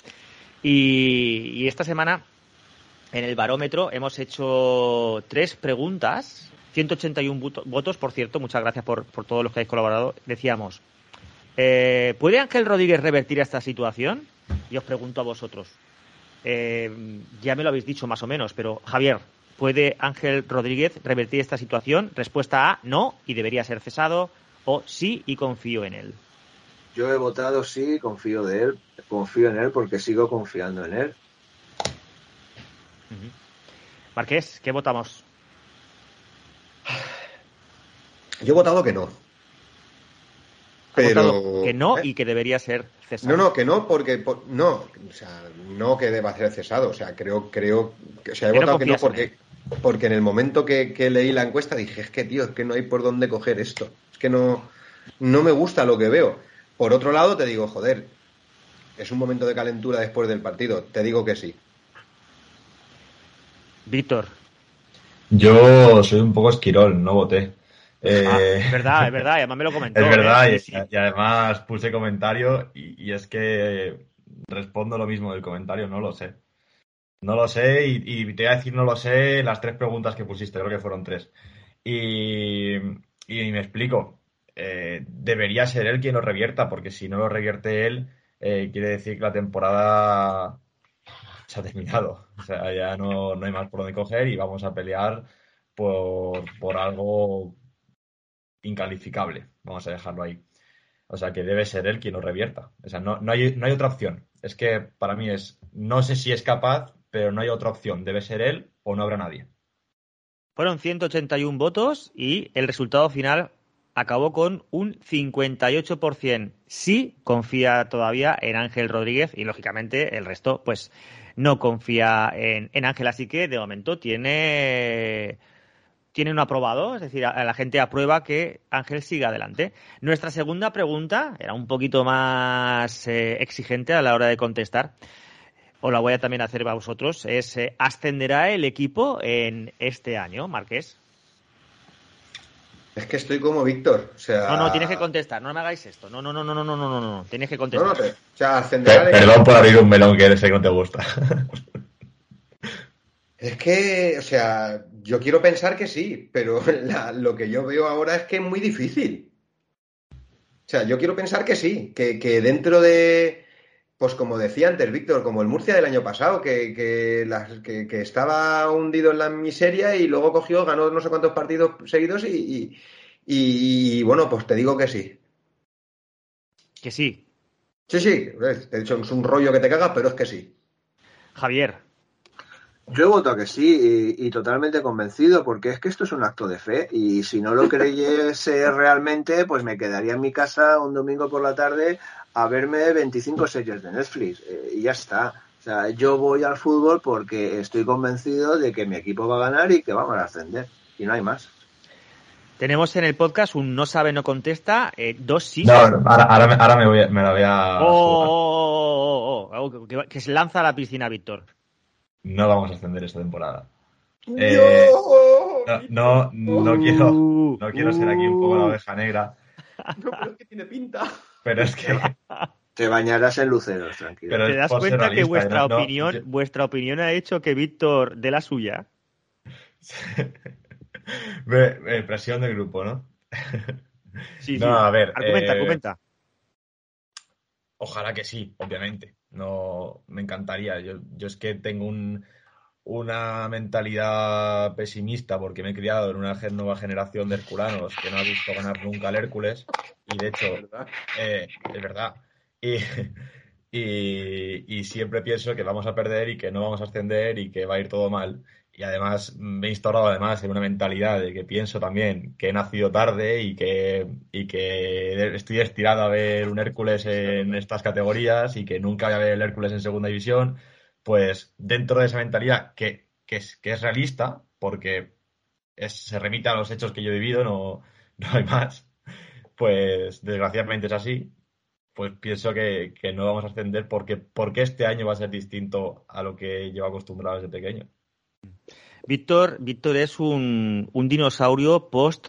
Y, y esta semana, en el barómetro, hemos hecho tres preguntas, ciento ochenta y uno votos, por cierto, muchas gracias por, por todos los que habéis colaborado. Decíamos, eh, ¿puede Ángel Rodríguez revertir esta situación? Y os pregunto a vosotros. Eh, ya me lo habéis dicho más o menos, pero Javier, ¿puede Ángel Rodríguez revertir esta situación? Respuesta A, no, y debería ser cesado, o sí, y confío en él. Yo he votado sí, confío de él, confío en él porque sigo confiando en él. Uh-huh. Marqués, ¿qué votamos? Yo he votado que no. Pero que no ¿eh? Y que debería ser cesado. No, no, que no, porque por, no, o sea, no que deba ser cesado, o sea, creo, creo, que, o sea, he que votado no que no confías en porque, porque en el momento que, que leí la encuesta dije, es que tío, es que no hay por dónde coger esto, es que no, no me gusta lo que veo. Por otro lado te digo, joder, es un momento de calentura después del partido, te digo que sí. Víctor. Yo soy un poco esquirol, no voté. Eh... Ah, es verdad, es verdad, y además me lo comentó. Es verdad, ¿eh? y, Sí, sí. y además puse comentario y, y es que respondo lo mismo del comentario, no lo sé. No lo sé y, y te voy a decir no lo sé las tres preguntas que pusiste, creo que fueron tres. Y, y me explico. Eh, debería ser él quien lo revierta, porque si no lo revierte él, eh, quiere decir que la temporada se ha terminado. O sea, ya no, no hay más por dónde coger y vamos a pelear por, por algo incalificable, vamos a dejarlo ahí. O sea que debe ser él quien lo revierta. O sea, no, no, hay, no hay otra opción. Es que para mí es, no sé si es capaz, pero no hay otra opción. Debe ser él o no habrá nadie. Fueron ciento ochenta y uno votos y el resultado final acabó con un cincuenta y ocho por ciento. Sí confía todavía en Ángel Rodríguez y, lógicamente, el resto, pues, no confía en, en Ángel. Así que, de momento, tiene... tiene un aprobado, es decir, a la gente aprueba que Ángel siga adelante. Nuestra segunda pregunta era un poquito más eh, exigente a la hora de contestar. Os la voy a también hacer a vosotros. Es, eh, ¿ascenderá el equipo en este año, Marqués? Es que estoy como Víctor, o sea... No, no, tienes que contestar, no me hagáis esto. No, no, no, no, no, no, no, no, no. Tienes que No, contestar. no, te, o sea, ascenderá el Perdón por abrir un melón que sé que no te gusta. Es que, o sea, yo quiero pensar que sí, pero la, lo que yo veo ahora es que es muy difícil. O sea, yo quiero pensar que sí, que, que dentro de, pues como decía antes Víctor, como el Murcia del año pasado, que, que, las, que, que estaba hundido en la miseria y luego cogió, ganó no sé cuántos partidos seguidos y, y, y, y bueno, pues te digo que sí. Que sí. Sí, sí, de hecho es un rollo que te cagas, pero es que sí. Javier. Yo he votado que sí y, y totalmente convencido porque es que esto es un acto de fe y si no lo creyese realmente pues me quedaría en mi casa un domingo por la tarde a verme veinticinco series de Netflix eh, y ya está. O sea, yo voy al fútbol porque estoy convencido de que mi equipo va a ganar y que vamos a ascender. Y no hay más. Tenemos en el podcast un no sabe, no contesta, eh, dos sí. No, no, ahora, ahora, me, ahora me, voy, me la voy a oh, jugar. Oh, oh, oh, oh, que, que se lanza a la piscina, Víctor. No vamos a ascender esta temporada. Eh, no, no, no quiero, no quiero ser aquí un poco la oveja negra. No, pero es que tiene pinta. Pero es que... Te bañarás en luceros, tranquilo. Pero ¿Te das por ser cuenta que realista, vuestra no, opinión, yo- vuestra opinión ha hecho que Víctor dé la suya? Ve- ve, presión del grupo, ¿no? Sí, No, sí. a ver, Argumenta, eh, argumenta. Ojalá que sí, obviamente. No, me encantaría. Yo, yo es que tengo un, una mentalidad pesimista porque me he criado en una gen- nueva generación de herculanos que no ha visto ganar nunca al Hércules. Y de hecho, ¿Verdad? eh, es verdad. Y, y, y siempre pienso que vamos a perder y que no vamos a ascender y que va a ir todo mal. Y además me he instaurado además en una mentalidad de que pienso también que he nacido tarde y que, y que estoy estirado a ver un Hércules en estas categorías y que nunca voy a ver el Hércules en segunda división. Pues dentro de esa mentalidad que, que, es, que es realista, porque es, se remite a los hechos que yo he vivido, no, no hay más, pues desgraciadamente es así. Pues pienso que, que no vamos a ascender porque, porque este año va a ser distinto a lo que llevo acostumbrado desde pequeño. Víctor, Víctor es un, un dinosaurio post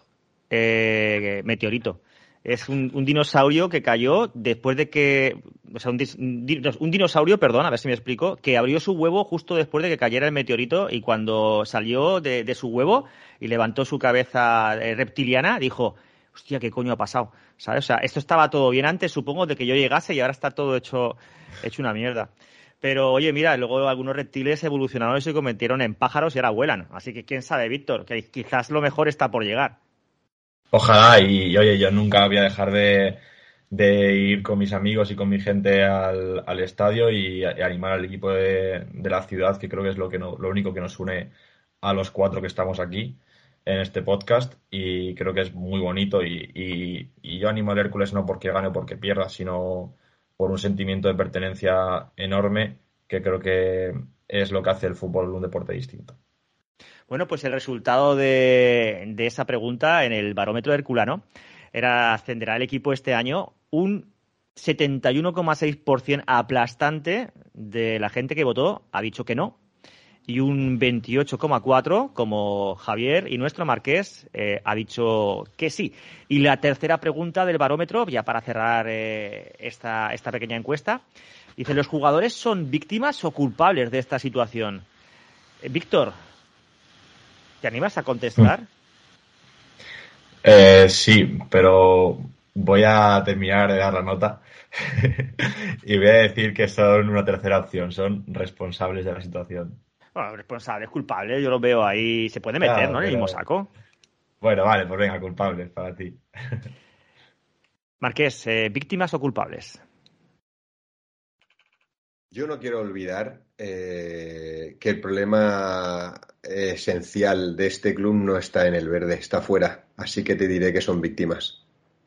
eh, meteorito. Es un, un dinosaurio que cayó después de que, o sea, un, dis- un di- un dinosaurio, perdón, a ver si me explico, que abrió su huevo justo después de que cayera el meteorito y cuando salió de, de su huevo y levantó su cabeza eh, reptiliana, dijo, hostia, ¿qué coño ha pasado? ¿Sabes? O sea, esto estaba todo bien antes, supongo, de que yo llegase y ahora está todo hecho, hecho una mierda. Pero oye, mira, luego algunos reptiles evolucionaron y se convirtieron en pájaros y ahora vuelan. Así que quién sabe, Víctor, que quizás lo mejor está por llegar. Ojalá, y, y, oye, yo nunca voy a dejar de, de ir con mis amigos y con mi gente al, al estadio y, y animar al equipo de, de la ciudad, que creo que es lo, que no, lo único que nos une a los cuatro que estamos aquí en este podcast y creo que es muy bonito y, y, y yo animo al Hércules no porque gane o porque pierda, sino por un sentimiento de pertenencia enorme que creo que es lo que hace el fútbol un deporte distinto. Bueno, pues el resultado de, de esa pregunta en el barómetro herculano era ascenderá el equipo este año un setenta y uno coma seis por ciento aplastante de la gente que votó ha dicho que no y un veintiocho coma cuatro por ciento como Javier y nuestro Marqués eh, ha dicho que sí. Y la tercera pregunta del barómetro, ya para cerrar eh, esta, esta pequeña encuesta, dice, ¿los jugadores son víctimas o culpables de esta situación? Eh, Víctor, ¿te animas a contestar? Eh, sí, pero voy a terminar de dar la nota y voy a decir que son una tercera opción, son responsables de la situación. Bueno, responsables, culpables, yo lo veo ahí, se puede meter, Claro, ¿no? En el pero... mismo saco. Bueno, vale, pues venga, culpables para ti. Marqués, eh, ¿víctimas o culpables? Yo no quiero olvidar eh, que el problema esencial de este club no está en el verde, está fuera. Así que te diré que son víctimas.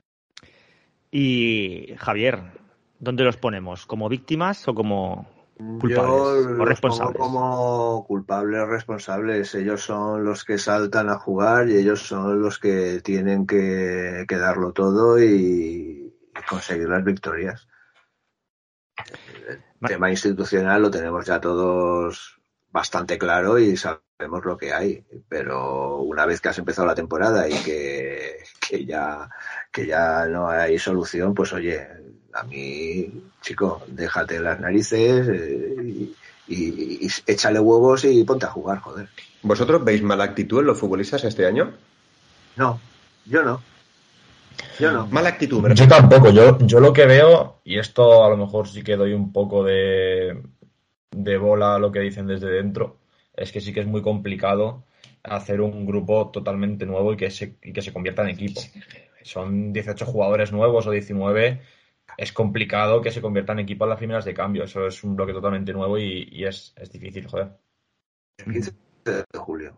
Y Javier, ¿dónde los ponemos? ¿Como víctimas o como culpables? Yo ¿O los responsables? pongo como culpables, responsables. Ellos son los que saltan a jugar y ellos son los que tienen que, que darlo todo y, y conseguir las victorias. El tema institucional lo tenemos ya todos bastante claro y sabemos lo que hay, pero una vez que has empezado la temporada y que, que ya que ya no hay solución, pues oye, a mí, chico, déjate las narices eh, y, y, y échale huevos y ponte a jugar, joder. ¿Vosotros veis mala actitud en los futbolistas este año? No, yo no. Yo no. Mala actitud, me Yo refiero. tampoco, yo, yo lo que veo, y esto a lo mejor sí que doy un poco de, de bola a lo que dicen desde dentro, es que sí que es muy complicado hacer un grupo totalmente nuevo y que se, y que se convierta en equipo. Son dieciocho jugadores nuevos o diecinueve, es complicado que se conviertan en equipo en las primeras de cambio. Eso es un bloque totalmente nuevo y, y es, es difícil, joder. El quince de julio.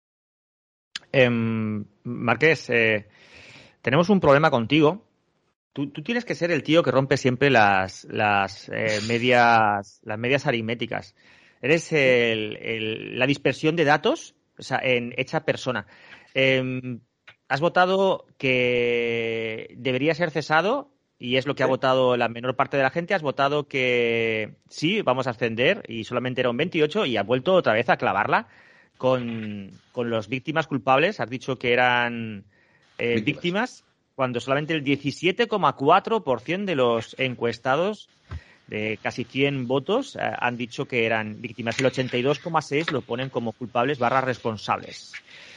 Eh, Marqués, eh, tenemos un problema contigo Tú, tú tienes que ser el tío que rompe siempre las, las eh, medias las medias aritméticas. Eres el, el, la dispersión de datos, o sea, en hecha persona. Eh, has votado que debería ser cesado, y es lo que ¿Sí? ha votado la menor parte de la gente. Has votado que sí, vamos a ascender, y solamente era un veintiocho, y has vuelto otra vez a clavarla con, con las víctimas culpables. Has dicho que eran eh, Víctimas. víctimas, cuando solamente el diecisiete coma cuatro por ciento de los encuestados, de casi cien votos, eh, han dicho que eran víctimas. El ochenta y dos coma seis por ciento lo ponen como culpables barra responsables.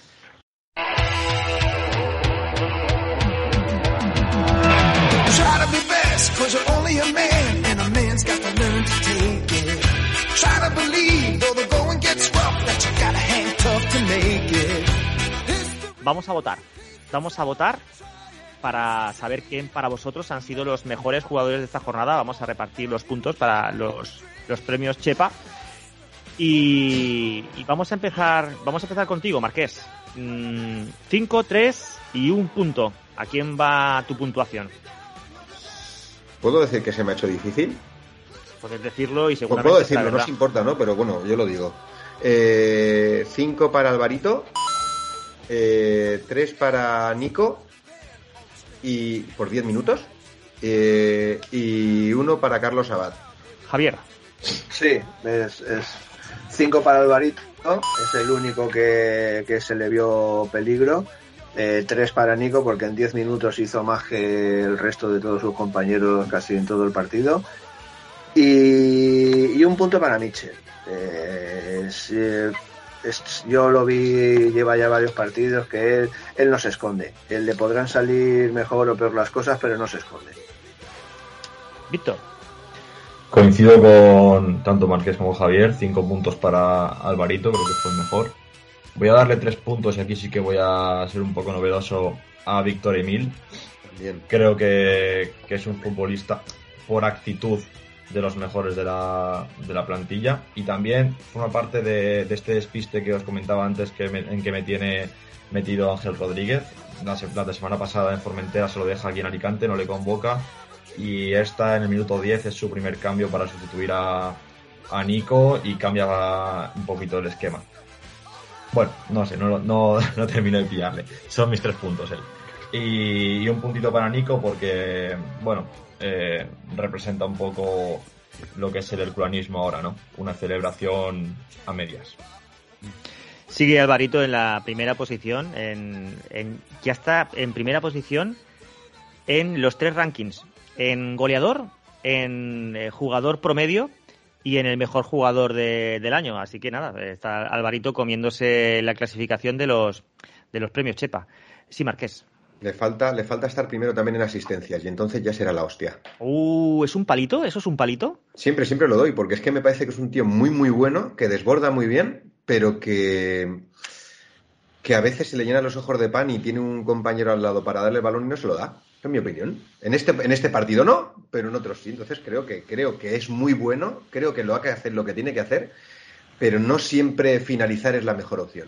Try to be best, cause you're only a man, and a man's got to learn to take it. Try to believe, though the going gets rough, that you gotta hang tough to make it. Vamos a votar. Vamos a votar para saber quién para vosotros han sido los mejores jugadores de esta jornada. Vamos a repartir los puntos para los, los premios Chepa. Y, y vamos a empezar vamos a empezar contigo, Marqués. cinco, tres y un punto. ¿A quién va tu puntuación? ¿Puedo decir que se me ha hecho difícil? Puedes decirlo y Pues seguramente puedo será decirlo, no verdad. os importa, ¿no? Pero bueno, yo lo digo. Eh, cinco para Alvarito, eh, tres para Nico, y por diez minutos, eh, y uno para Carlos Abad. Javier. Sí, es, es cinco para Alvarito, es el único que, que se le vio peligro. Eh, tres para Nico, porque en diez minutos hizo más que el resto de todos sus compañeros casi en todo el partido. Y, y un punto para Mitchell. Eh, es, eh, es, yo lo vi, lleva ya varios partidos, que él, él no se esconde. Él le podrán salir mejor o peor las cosas, pero no se esconde. Víctor. Coincido con tanto Marqués como Javier, cinco puntos para Alvarito, creo que fue el mejor. Voy a darle tres puntos, y aquí sí que voy a ser un poco novedoso, a Víctor Emil. También. Creo que, que es un futbolista por actitud de los mejores de la, de la plantilla, y también forma parte de, de este despiste que os comentaba antes, que me, en que me tiene metido Ángel Rodríguez. La, la semana pasada en Formentera se lo deja aquí en Alicante, no le convoca, y esta en el minuto diez es su primer cambio para sustituir a, a Nico, y cambia un poquito el esquema. Bueno, no sé, no, no, no termino de pillarle. Son mis tres puntos él. Y, y un puntito para Nico porque, bueno, eh, representa un poco lo que es el herculanismo ahora, ¿no? Una celebración a medias. Sigue Alvarito en la primera posición, en, en, ya está en primera posición en los tres rankings, en goleador, en eh, jugador promedio y en el mejor jugador de, del año. Así que nada, está Alvarito comiéndose la clasificación de los de los premios Chepa. Sí, Marqués. Le falta, le falta estar primero también en asistencias, y entonces ya será la hostia. Uh, ¿es un palito? ¿Eso es un palito? Siempre, siempre lo doy, porque es que me parece que es un tío muy, muy bueno, que desborda muy bien, pero que, que a veces se le llenan los ojos de pan y tiene un compañero al lado para darle el balón y no se lo da. En mi opinión. En este, en este partido no, pero en otros sí. Entonces creo que, creo que es muy bueno, creo que lo ha que hacer lo que tiene que hacer, pero no siempre finalizar es la mejor opción.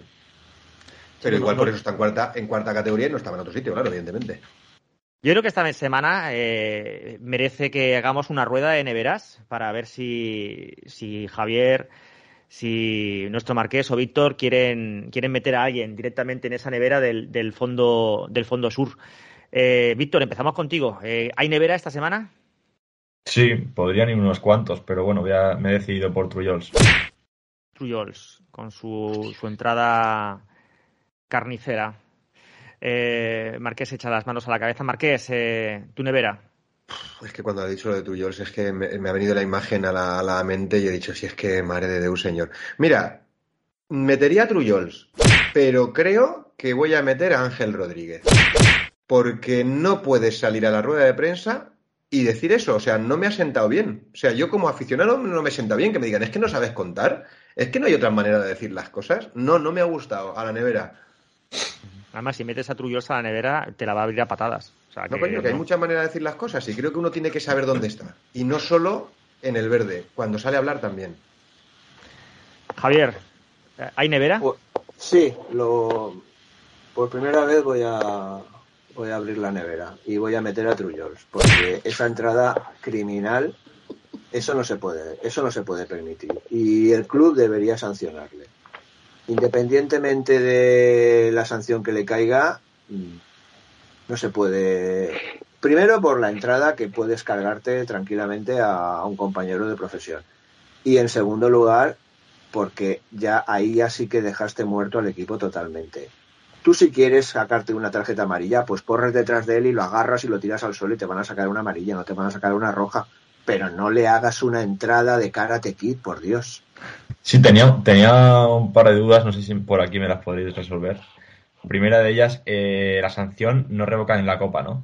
Pero Sí, igual no, por no. eso está en cuarta, en cuarta categoría y no estaba en otro sitio, claro, evidentemente. Yo creo que esta semana eh, merece que hagamos una rueda de neveras para ver si, si Javier, si nuestro Marqués o Víctor quieren, quieren meter a alguien directamente en esa nevera del, del fondo, del fondo sur. Eh, Víctor, empezamos contigo. Eh, ¿Hay nevera esta semana? Sí, podrían ir unos cuantos, pero bueno, voy a- me he decidido por Trujols. Trujols, con su, su entrada carnicera. Eh, Marqués echa las manos a la cabeza. Marqués, eh, tu nevera. Es que cuando ha dicho lo de Trujols es que me, me ha venido la imagen a la, a la mente y he dicho, si es que madre de Deus, señor. Mira, metería a Trujols, pero creo que voy a meter a Ángel Rodríguez. Porque no puedes salir a la rueda de prensa y decir eso. O sea, no me ha sentado bien. O sea, yo como aficionado no me sienta bien que me digan, es que no sabes contar, es que no hay otra manera de decir las cosas. No, no me ha gustado. A la nevera. Además, si metes a Trujols a la nevera, te la va a abrir a patadas. O sea, No, que, coño, que hay no. muchas maneras de decir las cosas y creo que uno tiene que saber dónde está. Y no solo en el verde, cuando sale a hablar también. Javier, ¿hay nevera? Pues, sí, lo, por primera vez voy a voy a abrir la nevera y voy a meter a Trullols, porque esa entrada criminal, eso no se puede, eso no se puede permitir. Y el club debería sancionarle. Independientemente de la sanción que le caiga, no se puede. Primero por la entrada, que puedes cargarte tranquilamente a, a un compañero de profesión. Y en segundo lugar, porque ya ahí ya sí que dejaste muerto al equipo totalmente. Tú si quieres sacarte una tarjeta amarilla, pues corres detrás de él y lo agarras y lo tiras al suelo y te van a sacar una amarilla, no te van a sacar una roja. Pero no le hagas una entrada de Karate Kid, por Dios. Sí, tenía, tenía un par de dudas, no sé si por aquí me las podréis resolver. Primera de ellas, eh, la sanción no revocan en la Copa, ¿no?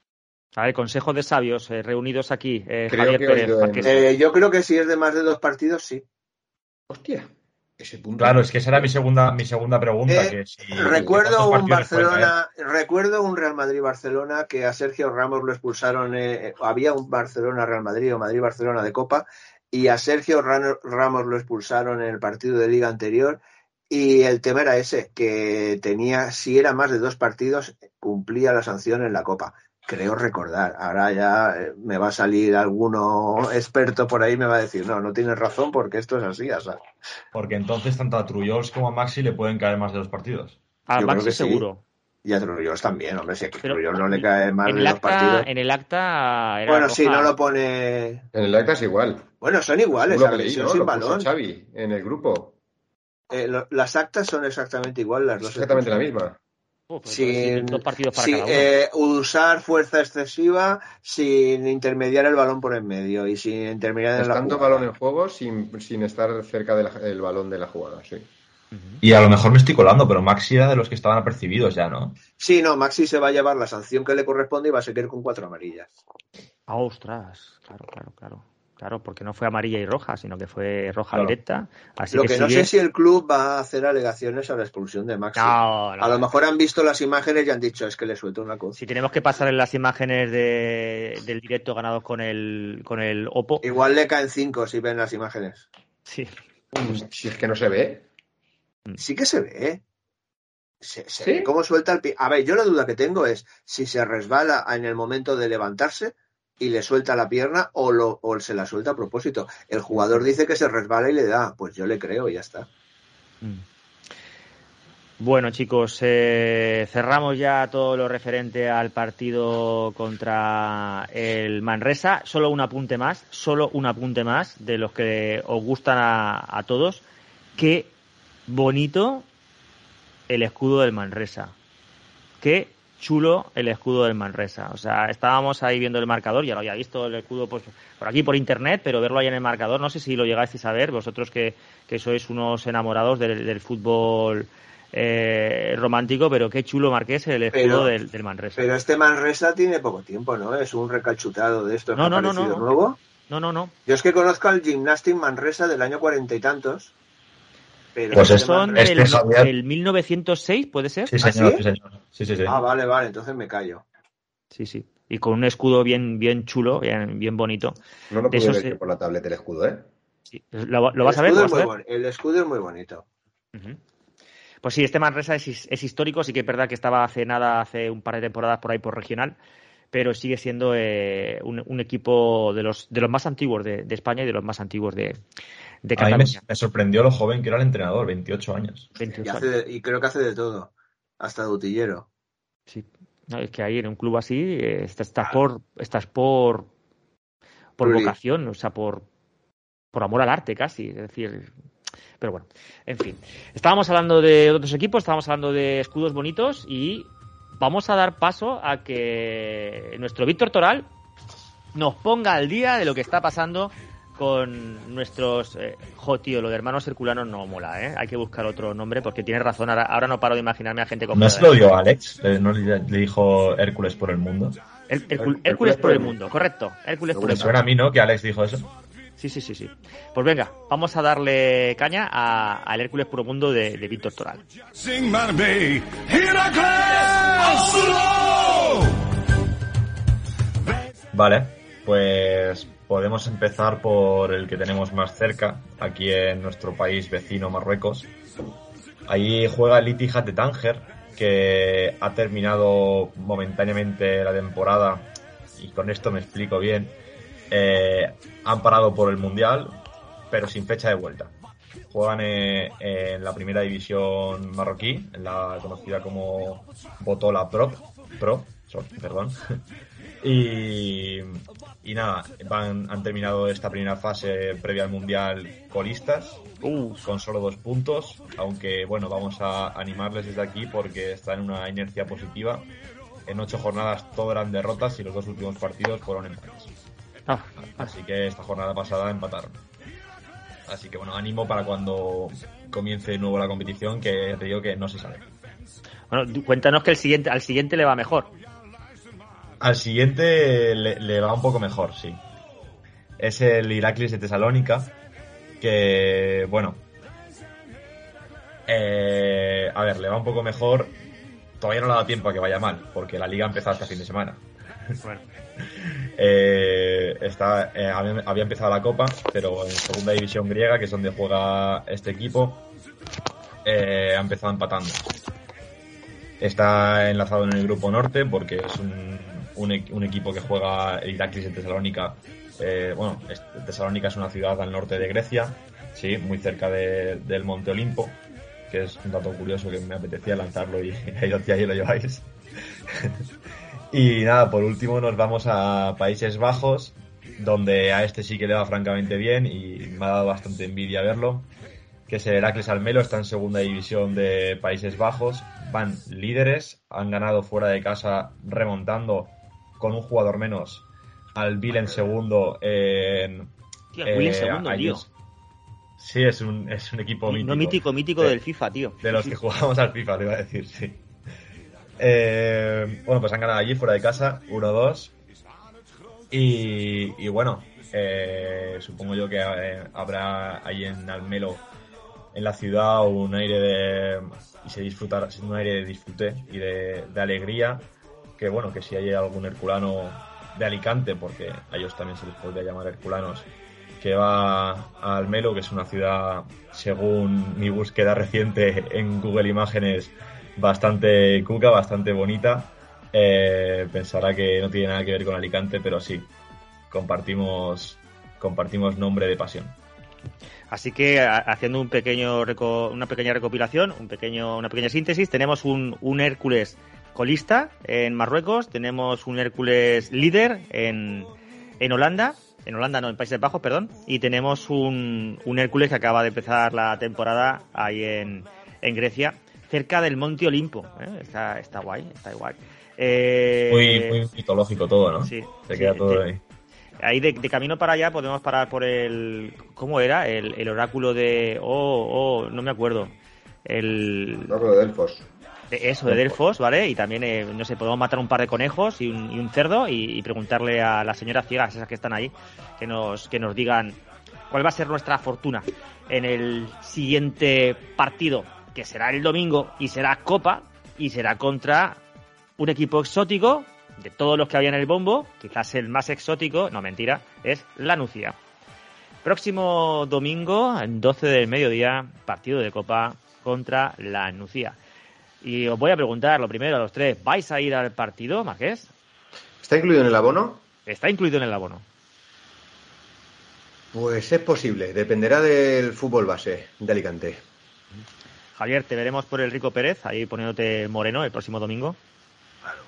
A ver, consejo de sabios eh, reunidos aquí, eh, Creo Javier que he Pérez. oído en- Marqués. Eh, yo creo que si es de más de dos partidos, sí. Hostia, ese punto. Claro, es que esa era mi segunda, mi segunda pregunta. Eh, que si, Recuerdo ¿cuántos un partidos puede caer? Barcelona, recuerdo un Real Madrid-Barcelona que a Sergio Ramos lo expulsaron, eh, había un Barcelona-Real Madrid o Madrid-Barcelona de Copa, y a Sergio Ramos lo expulsaron en el partido de Liga anterior, y el tema era ese, que tenía, si era más de dos partidos, cumplía la sanción en la Copa. Creo recordar, ahora ya eh, me va a salir alguno experto por ahí y me va a decir, no, no tienes razón porque esto es así, o sea. Porque entonces tanto a Trullols como a Maxi le pueden caer más de dos partidos. A Yo creo Maxi que sí. seguro. Y a Trullols también, hombre, si a Pero Trullols no le cae más en de el dos acta, partidos. en el acta era Bueno, roja. sí, no lo pone. En el acta es igual. Bueno, son iguales, Según lo que leí, agresión ¿no? sin Lo puso balón. Xavi en el grupo. Eh, lo- las actas son exactamente igual, las Es dos. exactamente la misma. Uf, pues Sin, entonces sí, dos partidos para sin, cada uno. eh, usar fuerza excesiva sin intermediar el balón por en medio y sin intermediar en la Estando jugada. balón en juego sin, sin estar cerca del balón de la jugada, sí. Y a lo mejor me estoy colando, pero Maxi era de los que estaban apercibidos ya, ¿no? Sí, no, Maxi se va a llevar la sanción que le corresponde y va a seguir con cuatro amarillas. Ah, ostras, claro, claro, claro. Claro, porque no fue amarilla y roja, sino que fue roja Claro. directa. Así Lo que, que no sigue... sé si el club va a hacer alegaciones a la expulsión de Maxi. No, no. A lo mejor han visto las imágenes y han dicho, es que le suelto una cosa. Si tenemos que pasar en las imágenes de, del directo ganados con el con el Oppo, Igual le caen cinco si ven las imágenes. sí. Si es que no se ve. Sí que se ve. Se, se ¿Sí? ve cómo suelta el pie. A ver, yo la duda que tengo es si se resbala en el momento de levantarse y le suelta la pierna o, lo, o se la suelta a propósito. El jugador dice que se resbala y le da. Pues yo le creo y ya está. Bueno, chicos, eh, cerramos ya todo lo referente al partido contra el Manresa. Solo un apunte más, solo un apunte más de los que os gustan a, a todos. Qué bonito el escudo del Manresa. Qué chulo el escudo del Manresa. O sea, estábamos ahí viendo el marcador, ya lo había visto el escudo pues, por aquí por internet, pero verlo ahí en el marcador, no sé si lo llegasteis a ver, vosotros que, que sois unos enamorados del, del fútbol eh, romántico, pero qué chulo, Marqués, el escudo Pero- del, del Manresa. Pero este Manresa tiene poco tiempo, ¿no? Es un recalchutado de estos No, que ha no, no, aparecido no. nuevo. No, no, no. Yo es que conozco al Gymnastic Manresa del año cuarenta y tantos. Pero Pues este Son Este del, Javier- del mil novecientos seis, ¿puede ser? Sí, señor, ¿Ah, sí? sí, señor. Sí, sí, sí. Ah, vale, vale, entonces me callo. Sí, sí. Y con un escudo bien, bien chulo, bien, bien bonito. No lo De pude esos, ver eh, yo por la tablet el escudo, ¿eh? Sí. ¿Lo, lo El vas a ver? escudo ¿Lo es vas a muy ver? bon- El escudo es muy bonito. Ujú. Pues sí, este Manresa es, es histórico, sí que es verdad que estaba hace nada, hace un par de temporadas por ahí por regional, pero sigue siendo eh, un, un equipo de los de los más antiguos de, de España y de los más antiguos de, de A mí me, Cataluña. me sorprendió lo joven que era el entrenador, veintiocho años. Y, veintiocho hace años. de- y creo que hace de todo. Hasta de utillero. Sí. No, es que ahí en un club así eh, estás, estás por estás por por Ruli. vocación, o sea, por por amor al arte casi, es decir, pero bueno, en fin. Estábamos hablando de otros equipos, estábamos hablando de escudos bonitos y vamos a dar paso a que nuestro Víctor Toral nos ponga al día de lo que está pasando con nuestros... Eh, jo, tío, lo de hermanos herculanos no mola, ¿eh? Hay que buscar otro nombre porque tienes razón, ahora, ahora no paro de imaginarme a gente con... ¿No se lo dio Alex? Eh, ¿No le, le dijo Hércules por el mundo? Her- Hercul- Hércules por el mundo, correcto. Hércules por Me el mundo. suena a mí, ¿no? Que Alex dijo eso. Sí, sí, sí, sí. Pues venga, vamos a darle caña a- al Hércules Puro Mundo de, de Víctor Toral. Sing my bay, Heracles, Oslo. Vale, pues podemos empezar por el que tenemos más cerca, aquí en nuestro país vecino, Marruecos. Allí juega el Ittihad de Tánger, que ha terminado momentáneamente la temporada, y con esto me explico bien. Eh, han parado por el Mundial, pero sin fecha de vuelta. Juegan eh, en la primera división marroquí, en la conocida como Botola Pro, Pro sorry, perdón. y, y nada, van, han terminado esta primera fase previa al Mundial colistas, uh. con solo dos puntos, aunque bueno, vamos a animarles desde aquí porque están en una inercia positiva. En ocho jornadas todo eran derrotas y los dos últimos partidos fueron empates. Ah. Así que esta jornada pasada empataron. Así que bueno, ánimo para cuando comience de nuevo la competición, que te digo que no se sabe. Bueno, cuéntanos que el siguiente, al siguiente le va mejor. Al siguiente le, le va un poco mejor, sí. Es el Iraklis de Tesalónica, que bueno, eh, a ver, le va un poco mejor. Todavía no le ha dado tiempo a que vaya mal, porque la liga ha empezado hasta fin de semana. Bueno. eh, está, eh, había, había empezado la Copa, pero en segunda división griega, que es donde juega este equipo, eh, ha empezado empatando. Está enlazado en el grupo norte porque es un, un, un equipo que juega el Iraklis de Tesalónica. Eh, bueno, Tesalónica es una ciudad al norte de Grecia, sí, muy cerca de, del Monte Olimpo, que es un dato curioso que me apetecía lanzarlo y ahí, ahí lo lleváis. Y nada, por último nos vamos a Países Bajos, donde a este sí que le va francamente bien y me ha dado bastante envidia verlo, que es el Heracles Almelo. Está en segunda división de Países Bajos, van líderes, han ganado fuera de casa remontando con un jugador menos al Bill en segundo. En, tío, el Bill en segundo, tío. Sí, es un, es un equipo mítico. No mítico, mítico de, del FIFA, tío. De los que jugamos al FIFA, te iba a decir, sí. Eh, bueno, pues han ganado allí fuera de casa, uno dos. Y, y bueno, eh, supongo yo que eh, habrá ahí en Almelo, en la ciudad, un aire de... y se disfrutará, un aire de disfrute y de, de alegría. Que bueno, que si hay algún herculano de Alicante, porque a ellos también se les podría llamar herculanos, que va a Almelo, que es una ciudad, según mi búsqueda reciente en Google Imágenes, bastante cuca, bastante bonita, eh, pensará que no tiene nada que ver con Alicante, pero sí, compartimos compartimos nombre de pasión. Así que, haciendo un pequeño reco- una pequeña recopilación, un pequeño una pequeña síntesis, tenemos un, un Hércules colista en Marruecos, tenemos un Hércules líder en, en Holanda, en Holanda no, en Países Bajos, perdón, y tenemos un, un Hércules que acaba de empezar la temporada ahí en, en Grecia, cerca del Monte Olimpo, ¿eh? está, está guay, está guay. Eh, muy, muy mitológico todo, ¿no? Sí, se sí, queda todo de, ahí. Ahí de, de camino para allá podemos parar por el, ¿cómo era? El, el oráculo de, oh, oh, no me acuerdo. El oráculo de Delfos. De eso, de Delfos, ¿vale? Y también, eh, no sé, podemos matar un par de conejos y un, y un cerdo y, y preguntarle a las señoras ciegas, esas que están ahí, que nos, que nos digan cuál va a ser nuestra fortuna en el siguiente partido, que será el domingo y será Copa y será contra un equipo exótico de todos los que había en el bombo. Quizás el más exótico, no mentira, es la Nucía. Próximo domingo, en doce del mediodía, partido de Copa contra la Nucía. Y os voy a preguntar lo primero a los tres, ¿vais a ir al partido, Marqués? ¿Está incluido en el abono? Está incluido en el abono. Pues es posible, dependerá del fútbol base de Alicante. Javier, te veremos por el Rico Pérez, ahí poniéndote moreno el próximo domingo. Claro.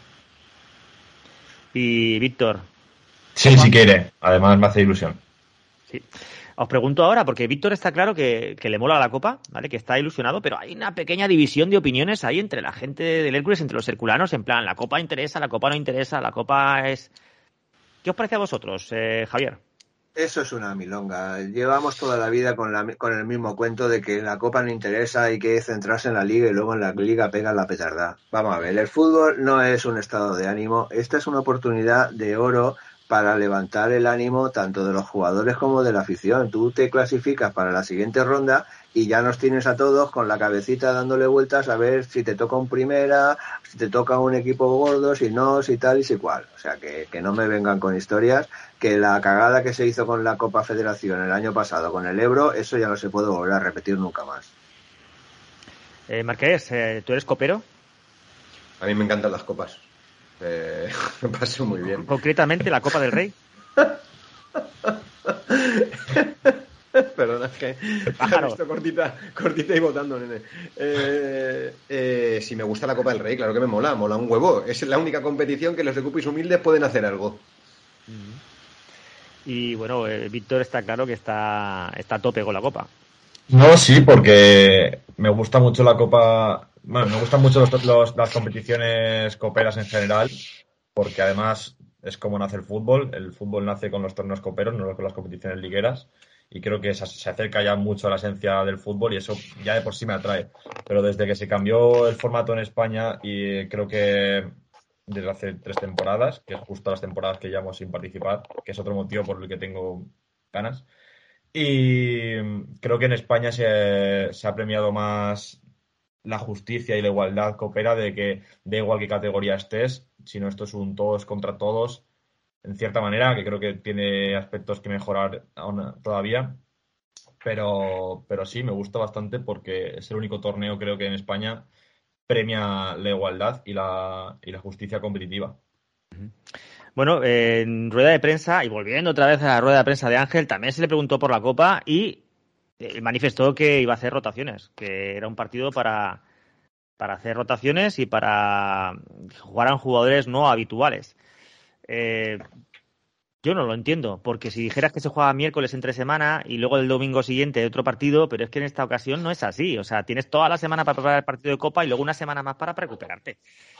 Y Víctor. Sí, si quiere, además me hace ilusión. Sí. Os pregunto ahora, porque Víctor está claro que, que le mola la Copa, ¿vale? Que está ilusionado, pero hay una pequeña división de opiniones ahí entre la gente del Hércules, entre los herculanos, en plan, la Copa interesa, la Copa no interesa, la Copa es... ¿Qué os parece a vosotros, eh, Javier? Eso es una milonga. Llevamos toda la vida con, la, con el mismo cuento de que la Copa no interesa, hay que centrarse en la Liga y luego en la Liga pega la petarda. Vamos a ver, el fútbol no es un estado de ánimo, esta es una oportunidad de oro para levantar el ánimo tanto de los jugadores como de la afición. Tú te clasificas para la siguiente ronda y ya nos tienes a todos con la cabecita dándole vueltas a ver si te toca un primera, si te toca un equipo gordo, si no, si tal y si cual. O sea, que, que no me vengan con historias, que la cagada que se hizo con la Copa Federación el año pasado con el Ebro, eso ya no se puede volver a repetir nunca más. Eh, Marqués, eh, ¿tú eres copero? A mí me encantan las copas. Eh, me paso muy bien. Concretamente la Copa del Rey. Perdona, es que he visto cortita, cortita y votando, nene. Eh, eh, si me gusta la Copa del Rey, claro que me mola, mola un huevo. Es la única competición que los de Cupis humildes pueden hacer algo. Y bueno, eh, Víctor está claro que está, está a tope con la Copa. No, sí, porque me gusta mucho la Copa. Bueno, me gustan mucho los, los, las competiciones coperas en general, porque además es como nace el fútbol. El fútbol nace con los torneos coperos, no con las competiciones ligueras. Y creo que se, se acerca ya mucho a la esencia del fútbol y eso ya de por sí me atrae. Pero desde que se cambió el formato en España, y creo que desde hace tres temporadas, que es justo las temporadas que llevamos sin participar, que es otro motivo por el que tengo ganas. Y creo que en España se, se ha premiado más la justicia y la igualdad coopera, de que da igual qué categoría estés, sino esto es un todos contra todos, en cierta manera, que creo que tiene aspectos que mejorar aún todavía, pero, pero sí, me gusta bastante porque es el único torneo, creo que en España premia la igualdad y la, y la justicia competitiva. Bueno, eh, en rueda de prensa, y volviendo otra vez a la rueda de prensa de Ángel, también se le preguntó por la Copa y eh, manifestó que iba a hacer rotaciones, que era un partido para, para hacer rotaciones y para jugar a jugadores no habituales. Eh, yo no lo entiendo, porque si dijeras que se juega miércoles entre semana y luego el domingo siguiente otro partido, pero es que en esta ocasión no es así. O sea, tienes toda la semana para preparar el partido de Copa y luego una semana más para recuperarte.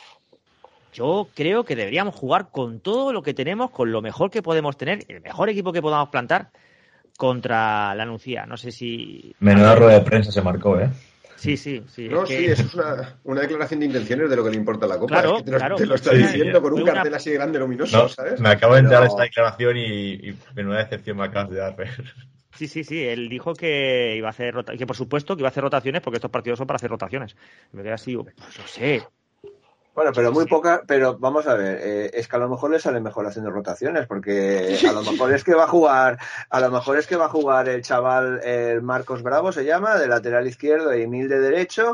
Yo creo que deberíamos jugar con todo lo que tenemos, con lo mejor que podemos tener, el mejor equipo que podamos plantar contra la Nucía. No sé si... Menuda rueda de prensa se marcó, ¿eh? Sí, sí, sí. No, es que... sí, eso es una, una declaración de intenciones de lo que le importa a la Copa. Claro, es que te lo, claro. te lo está Sí, diciendo sí. con un Fue cartel una... así grande, luminoso, No, ¿sabes? me acabo de enterar de Pero- esta declaración y, y menuda decepción me acabas de dar. Sí, sí, sí. Él dijo que iba a hacer rota... que por supuesto que iba a hacer rotaciones porque estos partidos son para hacer rotaciones. Me quedé así, pues no sé. Bueno, pero muy poca, pero vamos a ver, eh, es que a lo mejor le sale mejor haciendo rotaciones, porque a lo mejor es que va a jugar, a lo mejor es que va a jugar el chaval, el Marcos Bravo se llama, de lateral izquierdo y Emil de derecho,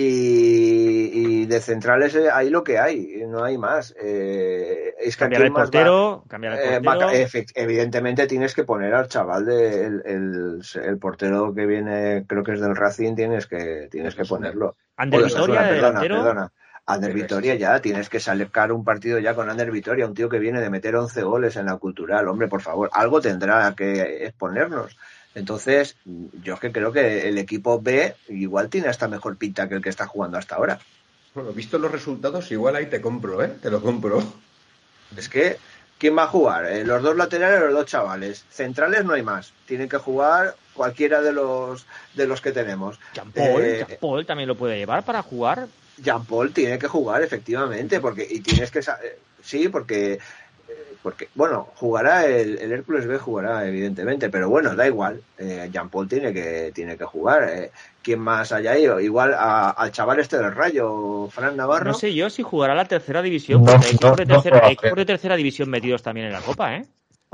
y, y de centrales eh, hay lo que hay, no hay más. Eh, es que Cambiar el más portero, va... cambiar el Eh, portero. va, efe- evidentemente tienes que poner al chaval de, el, el, el portero que viene, creo que es del Racing, tienes que tienes que ponerlo. Ander O de Osasuna, Vitoria de perdona, delantero. perdona. Ander Pero Vitoria es- ya, tienes que sacar un partido ya con Ander Vitoria, un tío que viene de meter once goles en la Cultural, hombre, por favor, algo tendrá que exponernos. Entonces, yo es que creo que el equipo B igual tiene hasta mejor pinta que el que está jugando hasta ahora. Bueno, visto los resultados, igual ahí te compro, ¿eh? Te lo compro. Es que, ¿quién va a jugar? Eh, los dos laterales, los dos chavales. Centrales no hay más. Tienen que jugar cualquiera de los de los que tenemos. Jean Paul, Eh, Jean Paul también lo puede llevar para jugar. Jean Paul tiene que jugar, efectivamente, porque y tienes que sa- eh, sí, porque eh, porque bueno, jugará el, el Hércules B, jugará evidentemente, pero bueno, da igual. Eh, Jean Paul tiene que tiene que jugar. Eh, ¿Quién más haya ido? Igual a- al chaval este del Rayo, Fran Navarro. No sé yo si jugará la tercera división, No, porque hay equipos, no, de no tercera, juega hay equipos Fer. de tercera división metidos también en la Copa, ¿eh?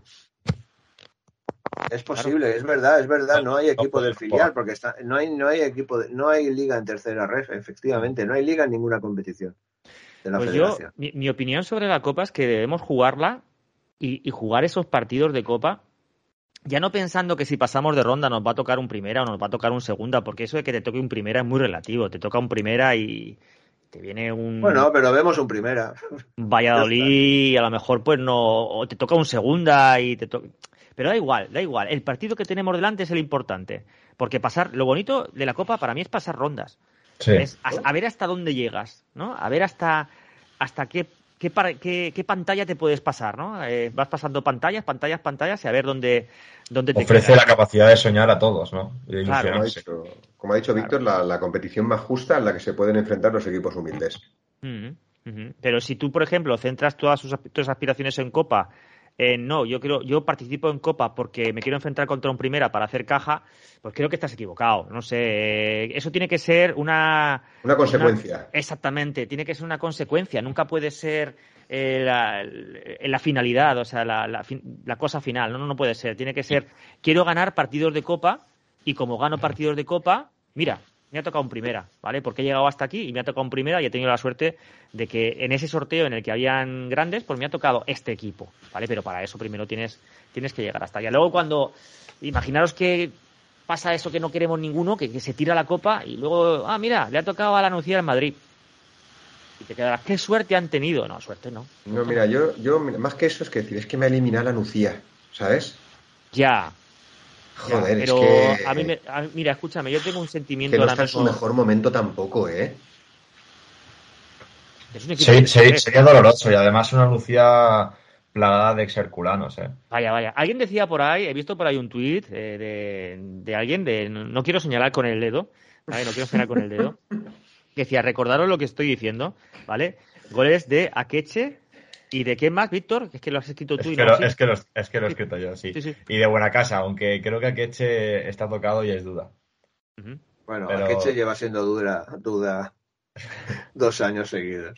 Es posible, es verdad, es verdad, no hay equipo No, del no, filial no. porque está, no hay, no hay equipo, de- no hay liga en tercera ref, efectivamente, no hay liga en ninguna competición de la Pues yo, federación. mi, mi opinión sobre la Copa es que debemos jugarla y, y jugar esos partidos de Copa, ya no pensando que si pasamos de ronda nos va a tocar un primera o nos va a tocar un segunda, porque eso de que te toque un primera es muy relativo, te toca un primera y te viene un Bueno, pero vemos un primera. Valladolid y a lo mejor pues no, o te toca un segunda y te toca... Pero da igual, da igual. El partido que tenemos delante es el importante. Porque pasar, lo bonito de la Copa para mí es pasar rondas. Sí. Es a, a ver hasta dónde llegas, ¿no? A ver hasta, hasta qué, qué, para- qué, qué pantalla te puedes pasar, ¿no? Eh, vas pasando pantallas, pantallas, pantallas y a ver dónde, dónde te Ofrece quedas. la capacidad de soñar a todos, ¿no? Y de Claro. Como ha ilusionarse. dicho, como ha dicho Víctor, la, la competición más justa en la que se pueden enfrentar los equipos humildes. Ujú, ujú. Pero si tú, por ejemplo, centras todas sus asp- tus aspiraciones en Copa, eh, no, yo creo, yo participo en Copa porque me quiero enfrentar contra un primera para hacer caja, pues creo que estás equivocado. No sé, eh, eso tiene que ser una Una consecuencia. una- exactamente, tiene que ser una consecuencia. Nunca puede ser eh, la, la finalidad, o sea, la, la, fin- la cosa final. No, no, no puede ser. Tiene que ser, quiero ganar partidos de Copa y como gano partidos de Copa, mira. me ha tocado en primera, ¿vale? Porque he llegado hasta aquí y me ha tocado en primera y he tenido la suerte de que en ese sorteo en el que habían grandes, pues me ha tocado este equipo, ¿vale? Pero para eso primero tienes, tienes que llegar hasta allá. Luego cuando, imaginaros que pasa eso que no queremos ninguno, que, que se tira la copa y luego, ah, mira, le ha tocado a la Nucía en Madrid. Y te quedarás, ¿qué suerte han tenido? No, suerte no. No, mira, yo, yo más que eso es que decir, es que me ha eliminado la Nucía, ¿sabes? Ya. Joder, ya, pero es que... a mí me, a, mira, escúchame, yo tengo un sentimiento que no ahora está en su mismo... mejor momento tampoco, ¿eh? Es un equipo Sí, de- sí, sería doloroso y además una Lucía plagada de exherculanos, ¿eh? Vaya, vaya. Alguien decía por ahí, he visto por ahí un tuit eh, de, de alguien, de no quiero señalar con el dedo, ¿vale? No quiero señalar con el dedo, que decía, recordaros lo que estoy diciendo, ¿vale? Goles de Akeche y de qué más, Víctor, que es que lo has escrito tú Es y que, no lo, sí. es, que lo, es que lo he escrito yo, sí. Sí, sí. Y de buena casa, aunque creo que Akeche está tocado y es duda. Ujú. Bueno, Pero- Akeche lleva siendo duda, duda dos años seguidos.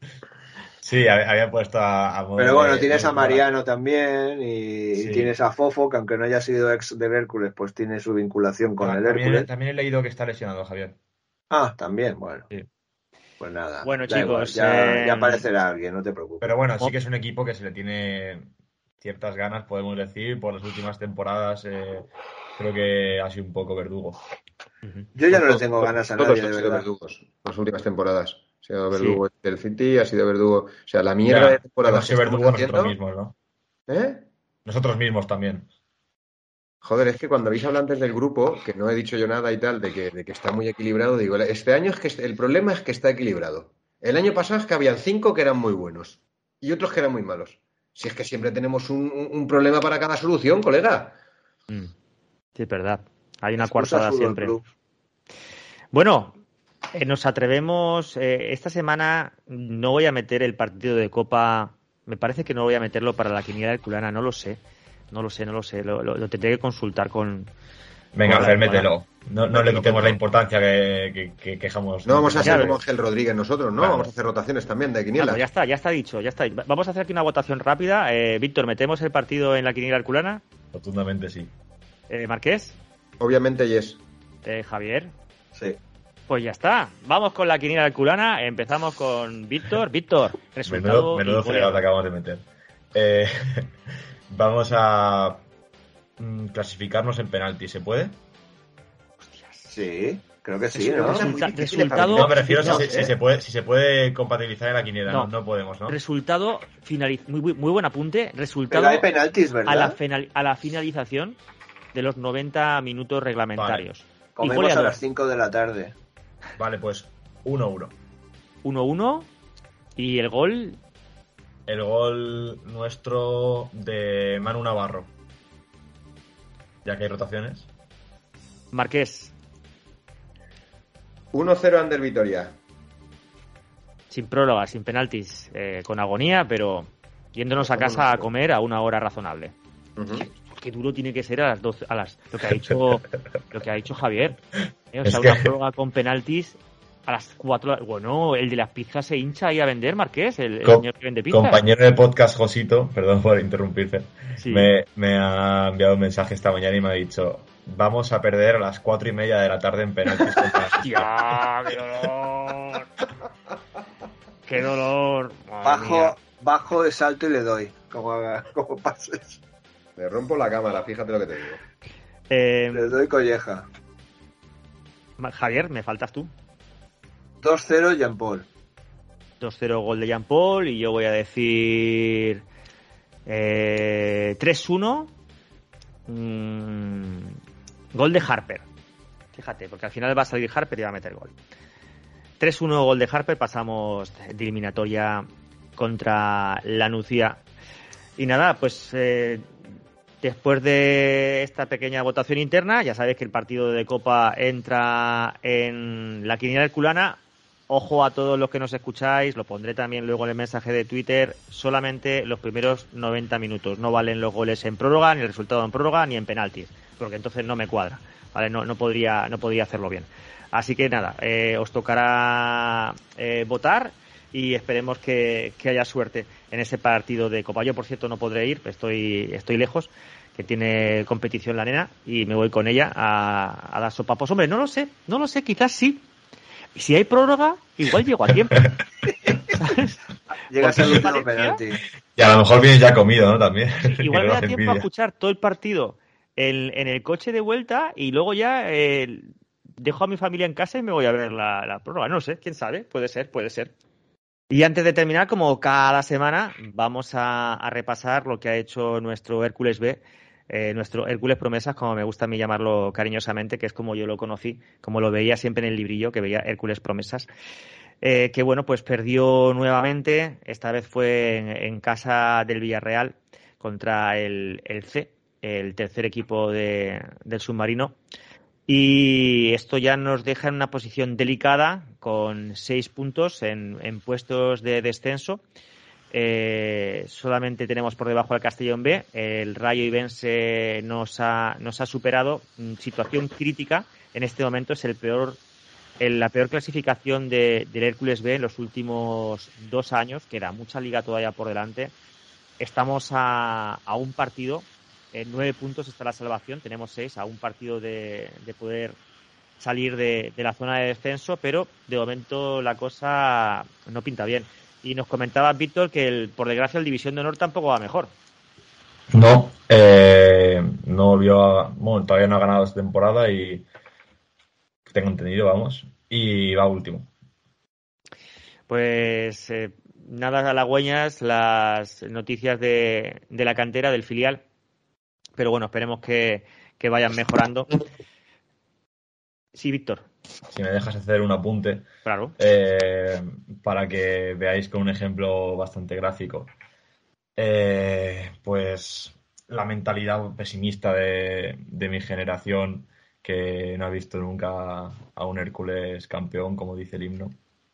Sí, había, había puesto a, a modo Pero bueno, de- tienes de- a Mariano también y, Sí. y tienes a Fofo, que aunque no haya sido ex del Hércules, pues tiene su vinculación con el también, Hércules. también he leído que está lesionado, Javier. Ah, también, bueno. Sí. Pues nada, Bueno, da igual, chicos, ya, eh, ya aparecerá alguien, no te preocupes. Pero bueno, Oh. sí que es un equipo que se le tiene ciertas ganas, podemos decir, por las últimas temporadas. Eh, creo que ha sido un poco verdugo. Ujú. Yo ya no le Todos- tengo ganas a todos nadie, han de sido verdad. verdugos las últimas temporadas. Ha sido Sí. verdugo del City, ha sido verdugo... O sea, la mierda Ya, de temporada hemos que sido estamos verdugo nosotros haciendo... mismos, ¿no? ¿Eh? Nosotros mismos también. Joder, es que cuando habéis hablado antes del grupo, que no he dicho yo nada y tal, de que, de que está muy equilibrado, digo, este año es que el problema es que está equilibrado. El año pasado es que habían cinco que eran muy buenos y otros que eran muy malos. Si es que siempre tenemos un, un- un problema para cada solución, colega. Mm. Sí, es verdad. Hay una Excusas coartada Fútbol siempre. Club. Bueno, eh, nos atrevemos. Eh, esta semana no voy a meter el partido de Copa. Me parece que no voy a meterlo para la quiniela herculana. No lo sé. No lo sé, no lo sé. Lo, lo- lo tendré que consultar con. Venga, Hola, Fer, hola. mételo. No, no le Mételo, quitemos la mételo. importancia que, que, que quejamos. No vamos a ser Claro. como Ángel Rodríguez nosotros, ¿no? Claro. Vamos a hacer rotaciones también de Ah, quiniela. pues ya está, ya está dicho, ya está. Vamos a hacer aquí una votación rápida. Eh, Víctor, ¿metemos el partido en la quiniela herculana? Rotundamente sí. Eh, Marqués, Obviamente, yes. eh, Javier. Sí. Pues ya está. Vamos con la quiniela herculana. Empezamos con Víctor. Víctor, resultado. Menudo, menudo y fregado goleador. que acabamos de meter. Eh, vamos a mm, clasificarnos en penalti, ¿se puede? Sí, creo que sí, Resulta- ¿no? Resulta- muy difícil resultado. No, me refiero si, no, se, ¿eh? si se puede, si se puede compatibilizar en la quiniela. No, No. no podemos, ¿no? Resultado finaliz... muy, muy, muy buen apunte. Pero Resultado hay penaltis, a la, ¿verdad? final- a la finalización de los noventa minutos reglamentarios. Y Comemos a goleador. las cinco de la tarde. Vale, pues uno uno. uno uno. Y el gol. El gol nuestro de Manu Navarro. Ya que hay rotaciones. Marqués. uno cero Ander Vitoria. Sin prórroga, sin penaltis. eh, con agonía, pero yéndonos a casa a comer a una hora razonable. Ujú. Qué duro tiene que ser a las doce. A las, lo que ha dicho, lo que ha dicho Javier. Eh, o Es sea, que- una prórroga con penaltis. A las cuatro. Bueno, el de las pizzas se hincha ahí a vender, Marqués. El, el Com- señor que vende pizzas. Compañero de podcast, Josito, perdón por interrumpirte, Sí. me, me ha enviado un mensaje esta mañana y me ha dicho: vamos a perder a las cuatro y media de la tarde en penaltis. contra- ¡Hostia! ¡Qué dolor! ¡Qué dolor! Madre Bajo, mía. bajo de salto y le doy, como, haga- como pases. Te rompo la cámara, fíjate lo que te digo. Eh, Le doy colleja. Javier, me faltas tú. dos cero Jean Paul. dos cero gol de Jean Paul y yo voy a decir eh, tres uno mm, gol de Harper. Fíjate, porque al final va a salir Harper y va a meter gol. tres uno gol de Harper, pasamos de eliminatoria contra la Nucía. Y nada, pues eh, después de esta pequeña votación interna, ya sabéis que el partido de Copa entra en la quiniela herculana. Ojo a todos los que nos escucháis, lo pondré también luego en el mensaje de Twitter, solamente los primeros noventa minutos. No valen los goles en prórroga, ni el resultado en prórroga, ni en penaltis, porque entonces no me cuadra, ¿vale? No, no, podría, no podría hacerlo bien. Así que nada, eh, os tocará eh, votar y esperemos que, que haya suerte en ese partido de Copa. Yo, por cierto, no podré ir, estoy, estoy lejos, que tiene competición la nena, y me voy con ella a, a dar sopapos. Hombre, no lo sé, no lo sé, quizás sí. Si hay prórroga, igual llego a tiempo. ¿Sabes? Llegas al último penalti. Y a lo mejor vienes ya comido, ¿no? También. Sí, igual me da tiempo a escuchar todo el partido en, en el coche de vuelta y luego ya eh, dejo a mi familia en casa y me voy a ver la, la prórroga. No sé, quién sabe, puede ser, puede ser. Y antes de terminar, como cada semana, vamos a, a repasar lo que ha hecho nuestro Hércules B, eh, nuestro Hércules Promesas, como me gusta a mí llamarlo cariñosamente, que es como yo lo conocí, como lo veía siempre en el librillo, que veía Hércules Promesas. Eh, que bueno, pues perdió nuevamente, esta vez fue en, en casa del Villarreal contra el, el C, el tercer equipo de, del submarino, y esto ya nos deja en una posición delicada con seis puntos en, en puestos de descenso. Eh, solamente tenemos por debajo al Castellón B, el Rayo Ibense nos ha, nos ha superado, situación crítica, en este momento es el peor en la peor clasificación de, del Hércules B en los últimos dos años, queda mucha liga todavía por delante. Estamos a, a un partido, en nueve puntos está la salvación, tenemos seis, a un partido de, de poder salir de, de la zona de descenso, pero de momento la cosa no pinta bien. Y nos comentaba Víctor que el, por desgracia el División de Honor tampoco va mejor. No, eh, no volvió a, bueno, todavía no ha ganado esta temporada y tengo entendido, vamos, y va último. Pues eh, nada halagüeñas las noticias de, de la cantera, del filial, pero bueno, esperemos que, que vayan mejorando. Sí, Víctor. Si me dejas hacer un apunte, claro, eh, para que veáis con un ejemplo bastante gráfico. Eh, pues la mentalidad pesimista de, de mi generación, que no ha visto nunca a un Hércules campeón, como dice el himno.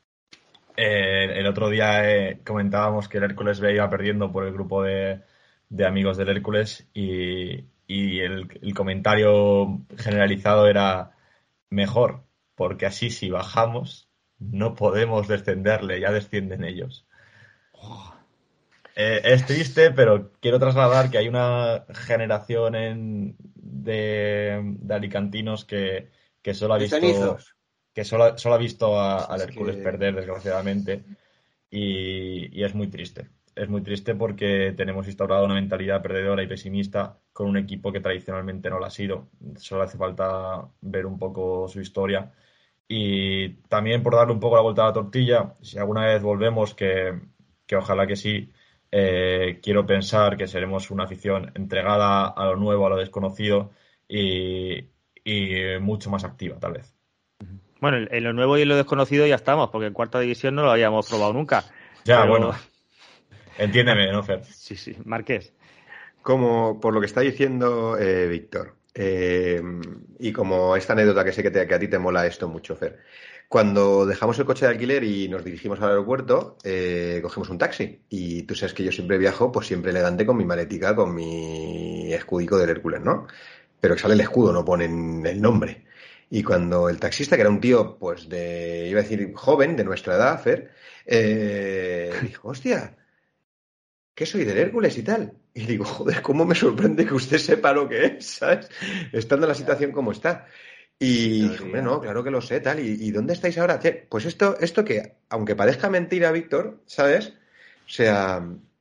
Eh, el otro día eh, comentábamos que el Hércules B iba perdiendo por el grupo de, de amigos del Hércules y, y el, el comentario generalizado era mejor, porque así si bajamos no podemos descenderle, ya descienden ellos. Oh. Eh, es triste, pero quiero trasladar que hay una generación en, de, de alicantinos que, que solo ha visto que solo, solo ha visto a, al Hércules que... perder, desgraciadamente, y, y es muy triste. Es muy triste porque tenemos instaurado una mentalidad perdedora y pesimista con un equipo que tradicionalmente no lo ha sido. Solo hace falta ver un poco su historia. Y también por darle un poco la vuelta a la tortilla, si alguna vez volvemos, que, que ojalá que sí, Eh, quiero pensar que seremos una afición entregada a lo nuevo, a lo desconocido y, y mucho más activa, tal vez. Bueno, en lo nuevo y en lo desconocido ya estamos, porque en cuarta división no lo habíamos probado nunca. Ya, pero... bueno. Entiéndeme, ¿no, Fer? Sí, sí. Marqués. Como por lo que está diciendo eh, Víctor, eh, y como esta anécdota que sé que, te, que a ti te mola esto mucho, Fer. Cuando dejamos el coche de alquiler y nos dirigimos al aeropuerto, eh, cogemos un taxi. Y tú sabes que yo siempre viajo, pues siempre elegante con mi maletica, con mi escudico del Hércules, ¿no? Pero que sale el escudo, no ponen el nombre. Y cuando el taxista, que era un tío, pues de, iba a decir, joven, de nuestra edad, Fer, eh, dijo, hostia, que soy del Hércules y tal. Y digo, joder, cómo me sorprende que usted sepa lo que es, ¿sabes? Estando en la situación como está. Y dijo, hombre, no, claro que lo sé, tal. ¿Y, y dónde estáis ahora? Pues esto, esto que, aunque parezca mentira, Víctor, ¿sabes? O sea,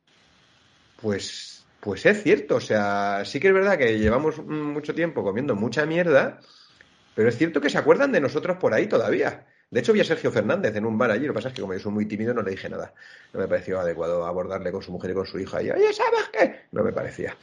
pues, pues es cierto. O sea, sí que es verdad que llevamos mucho tiempo comiendo mucha mierda, pero es cierto que se acuerdan de nosotros por ahí todavía. De hecho, vi a Sergio Fernández en un bar allí. Lo que pasa es que como yo soy muy tímido no le dije nada. No me pareció adecuado abordarle con su mujer y con su hija. Y, oye, ¿sabes qué? No me parecía.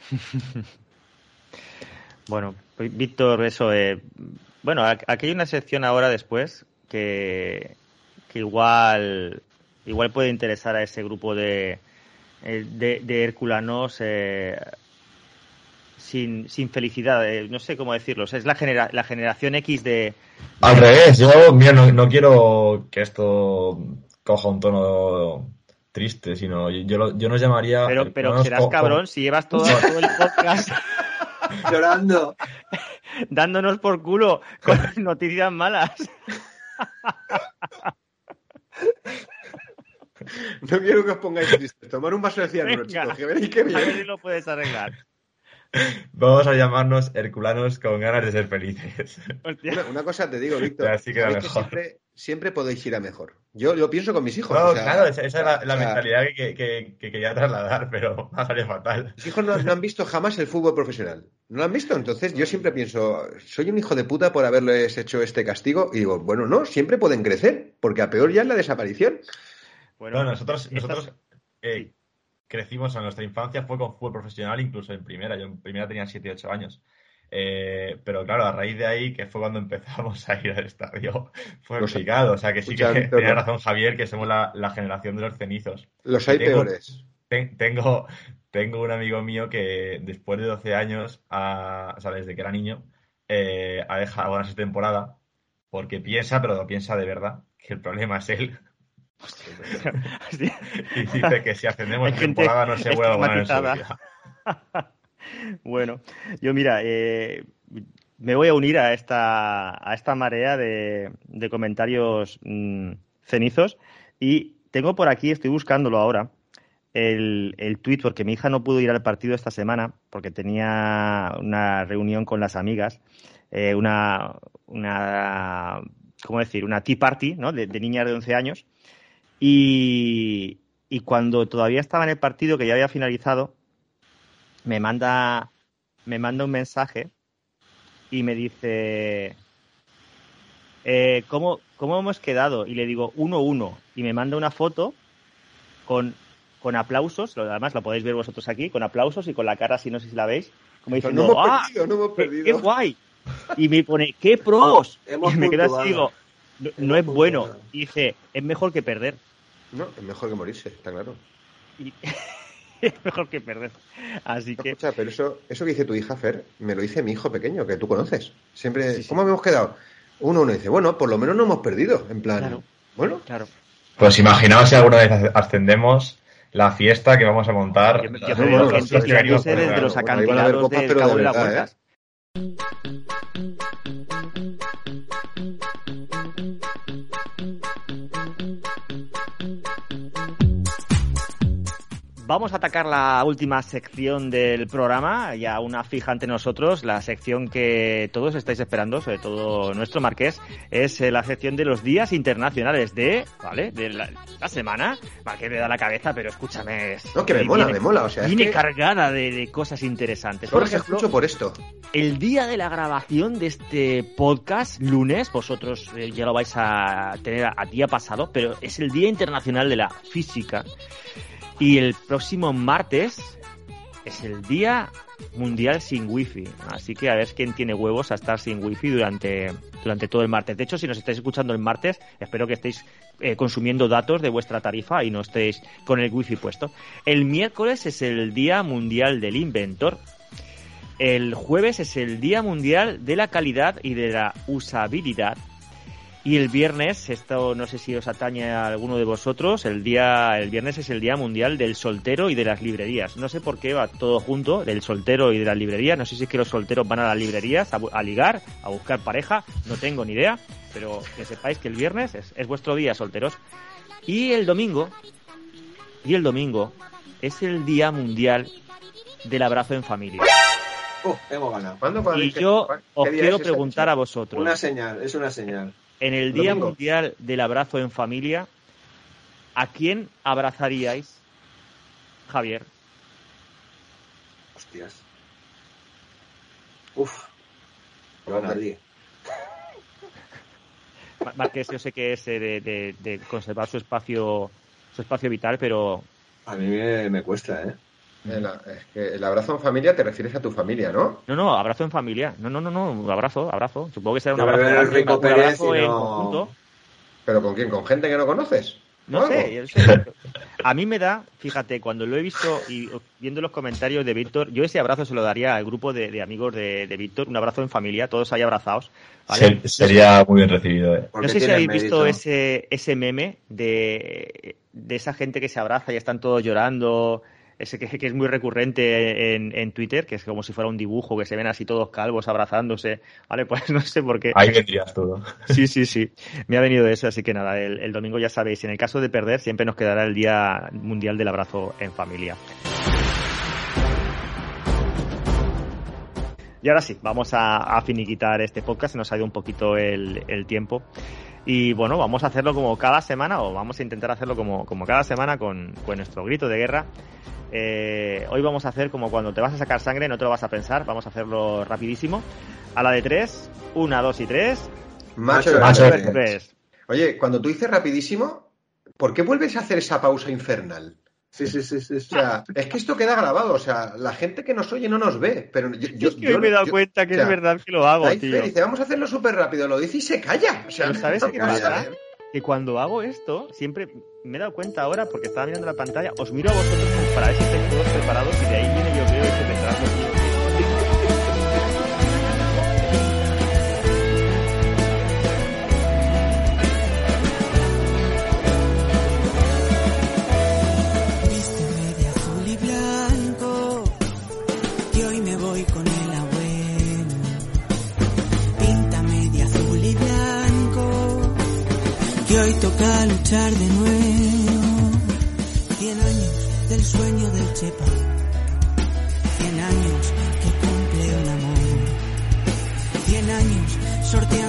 Bueno, Víctor, eso... Eh... Bueno, aquí hay una sección ahora después que, que igual igual puede interesar a ese grupo de, de, de herculanos eh, sin, sin felicidad, eh, no sé cómo decirlo. O sea, es la, genera, la generación X de... de... Al revés, yo mira, no, no quiero que esto coja un tono triste, sino yo, yo nos llamaría... Pero, pero serás co- cabrón co- si llevas todo, todo el podcast... llorando, dándonos por culo con noticias malas. No quiero que os pongáis tristes. Tomar un vaso de cianuro, chicos, que veréis que bien. A ver si lo puedes arreglar. Vamos a llamarnos herculanos con ganas de ser felices. Una, una cosa te digo, Víctor. Así queda sabéis que mejor. siempre, siempre podéis ir a mejor. Yo lo pienso con mis hijos. No, o sea, claro, esa, esa es la, la o sea, mentalidad que, que, que quería trasladar, pero me ha salido fatal. Mis hijos no, no han visto jamás el fútbol profesional. No lo han visto. Entonces yo siempre pienso, soy un hijo de puta por haberles hecho este castigo. Y digo, bueno, no, siempre pueden crecer, porque a peor ya es la desaparición. Bueno, No, nosotros, estas- nosotros eh, crecimos en nuestra infancia, fue con fútbol profesional, incluso en primera. Yo en primera tenía siete ocho años. Eh, pero claro, a raíz de ahí, que fue cuando empezamos a ir al estadio, fue Lo sé. complicado. O sea que sí Escucha, que Víctor, tenía no. razón Javier, que somos la, la generación de los cenizos. Los hay Tengo- peores. Ten- Tengo, tengo un amigo mío que después de doce años, ha- o sea, desde que era niño, eh, ha dejado una temporada porque piensa, pero lo piensa de verdad, que el problema es él. Sí. Y dice que si ascendemos Hay de gente temporada no se vuelve a ganar en su estigmatizada. vida. Bueno, yo mira, eh, me voy a unir a esta, a esta marea de, de comentarios mm, cenizos y tengo por aquí, estoy buscándolo ahora, el, el tuit, porque mi hija no pudo ir al partido esta semana porque tenía una reunión con las amigas, eh, una, una, ¿cómo decir? Una tea party, ¿no? De, de niñas de once años. Y, y cuando todavía estaba en el partido, que ya había finalizado, me manda, me manda un mensaje y me dice, eh, ¿cómo, ¿cómo hemos quedado? Y le digo, uno uno. Y me manda una foto con, con aplausos, lo- además lo podéis ver vosotros aquí, con aplausos y con la cara así, no sé si la veis, como Pero diciendo, no hemos ¡ah! perdido, no hemos ¡Qué, perdido. qué guay! Y me pone, ¡qué pros! Hemos Y me quedo así, puntuado. digo, no, no Hemos es bueno. puntuado. Y dice, es mejor que perder. No, es mejor que morirse, está claro. Y es mejor que perder. Así que, Escucha, pero eso, eso que dice tu hija, Fer, me lo dice mi hijo pequeño, que tú conoces. Siempre, Sí, sí. ¿cómo hemos quedado? Uno uno dice, bueno, por lo menos no hemos perdido. En plan, Claro. bueno, claro. Pues imaginaos si alguna vez ascendemos la fiesta que vamos a montar. Yo, yo no, creo no, que no, gente no, tirándose no, no, desde no, los bueno, ahí van a haber acantilados copas, del pero de Cabo de las verdad, Vueltas. Vamos a atacar la última sección del programa, ya una fija ante nosotros, la sección que todos estáis esperando, sobre todo nuestro Marqués, es eh, la sección de los días internacionales de, ¿vale? De la, la semana. Marqués me da la cabeza, pero escúchame. es- no, que me viene- mola, me mola. O sea, es Viene que cargada de, de cosas interesantes. solo Por se ejemplo, escucho por esto. el día de la grabación de este podcast, lunes, vosotros eh, ya lo vais a tener a, a día pasado, pero es el Día Internacional de la Física. Y el próximo martes es el Día Mundial sin Wifi. Así que a ver quién tiene huevos a estar sin Wifi durante, durante todo el martes. De hecho, si nos estáis escuchando el martes, espero que estéis eh, consumiendo datos de vuestra tarifa y no estéis con el Wifi puesto. El miércoles es el Día Mundial del Inventor. El jueves es el Día Mundial de la Calidad y de la Usabilidad. Y el viernes, esto no sé si os atañe a alguno de vosotros, el día el viernes es el Día Mundial del Soltero y de las Librerías. No sé por qué va todo junto, del soltero y de las librerías. No sé si es que los solteros van a las librerías a, bu- a ligar, a buscar pareja, no tengo ni idea. Pero que sepáis que el viernes es, es vuestro día, solteros. Y el domingo, y el domingo es el Día Mundial del Abrazo en Familia. Uh, hemos ganado. ¿Cuándo, cuándo, Y qué- yo qué os día quiero es ese? preguntar a vosotros. Una señal, es una señal. En el Día Domingo. Mundial del Abrazo en Familia, ¿a quién abrazaríais, Javier? Hostias. Uf. Yo a nadie. Ma- Marqués, yo sé que es eh, de, de- de conservar su espacio, su espacio vital, pero A mí me, me cuesta, ¿eh? El, es que el abrazo en familia te refieres a tu familia, ¿no? no, no, abrazo en familia. No, no, no, no, abrazo, abrazo. Supongo que será un Yo abrazo, veo el grande, Rico un Pérez abrazo y en no- conjunto. ¿Pero con quién? ¿Con gente que no conoces? No ¿O sé, algo? yo sé. A mí me da, fíjate, cuando lo he visto y viendo los comentarios de Víctor, yo ese abrazo se lo daría al grupo de, de amigos de, de Víctor, un abrazo en familia, todos ahí abrazados. ¿vale? Ser- sería muy bien recibido, ¿eh? Porque No sé si tiene habéis mérito. visto ese, ese meme de, de esa gente que se abraza y están todos llorando, ese que, que es muy recurrente en, en Twitter, que es como si fuera un dibujo, que se ven así todos calvos abrazándose, ¿vale? Pues no sé por qué. Ahí vendrías todo. Sí, sí, sí. Me ha venido eso, así que nada, el, el domingo ya sabéis, en el caso de perder siempre nos quedará el Día Mundial del Abrazo en Familia. Y ahora sí, vamos a, a finiquitar este podcast, se nos ha ido un poquito el, el tiempo. Y bueno, vamos a hacerlo como cada semana, o vamos a intentar hacerlo como, como cada semana con, con nuestro grito de guerra. Eh, hoy vamos a hacer como cuando te vas a sacar sangre, no te lo vas a pensar, vamos a hacerlo rapidísimo. A la de tres, una, dos y tres. Macho, macho verde. tres. Oye, cuando tú dices rapidísimo, ¿por qué vuelves a hacer esa pausa infernal? Sí, sí, sí, sí. sí. O sea, es que esto queda grabado, o sea, la gente que nos oye no nos ve, pero yo... yo es que hoy me he dado yo, cuenta que o sea, es verdad que lo hago, Taife tío. dice, vamos a hacerlo súper rápido, lo dice y se calla. O sea, Pero ¿sabes no, qué no, pasa? no, Que cuando hago esto, siempre me he dado cuenta ahora, porque estaba mirando la pantalla, os miro a vosotros como para ver si estáis todos preparados y de ahí viene yo veo ese retraso, tío. Vísteme de azul y blanco, y hoy me voy con el abuelo. Píntame de azul y blanco, que hoy toca luchar de nuevo. Cien años del sueño del Chepa, cien años que cumple un amor, cien años sorteando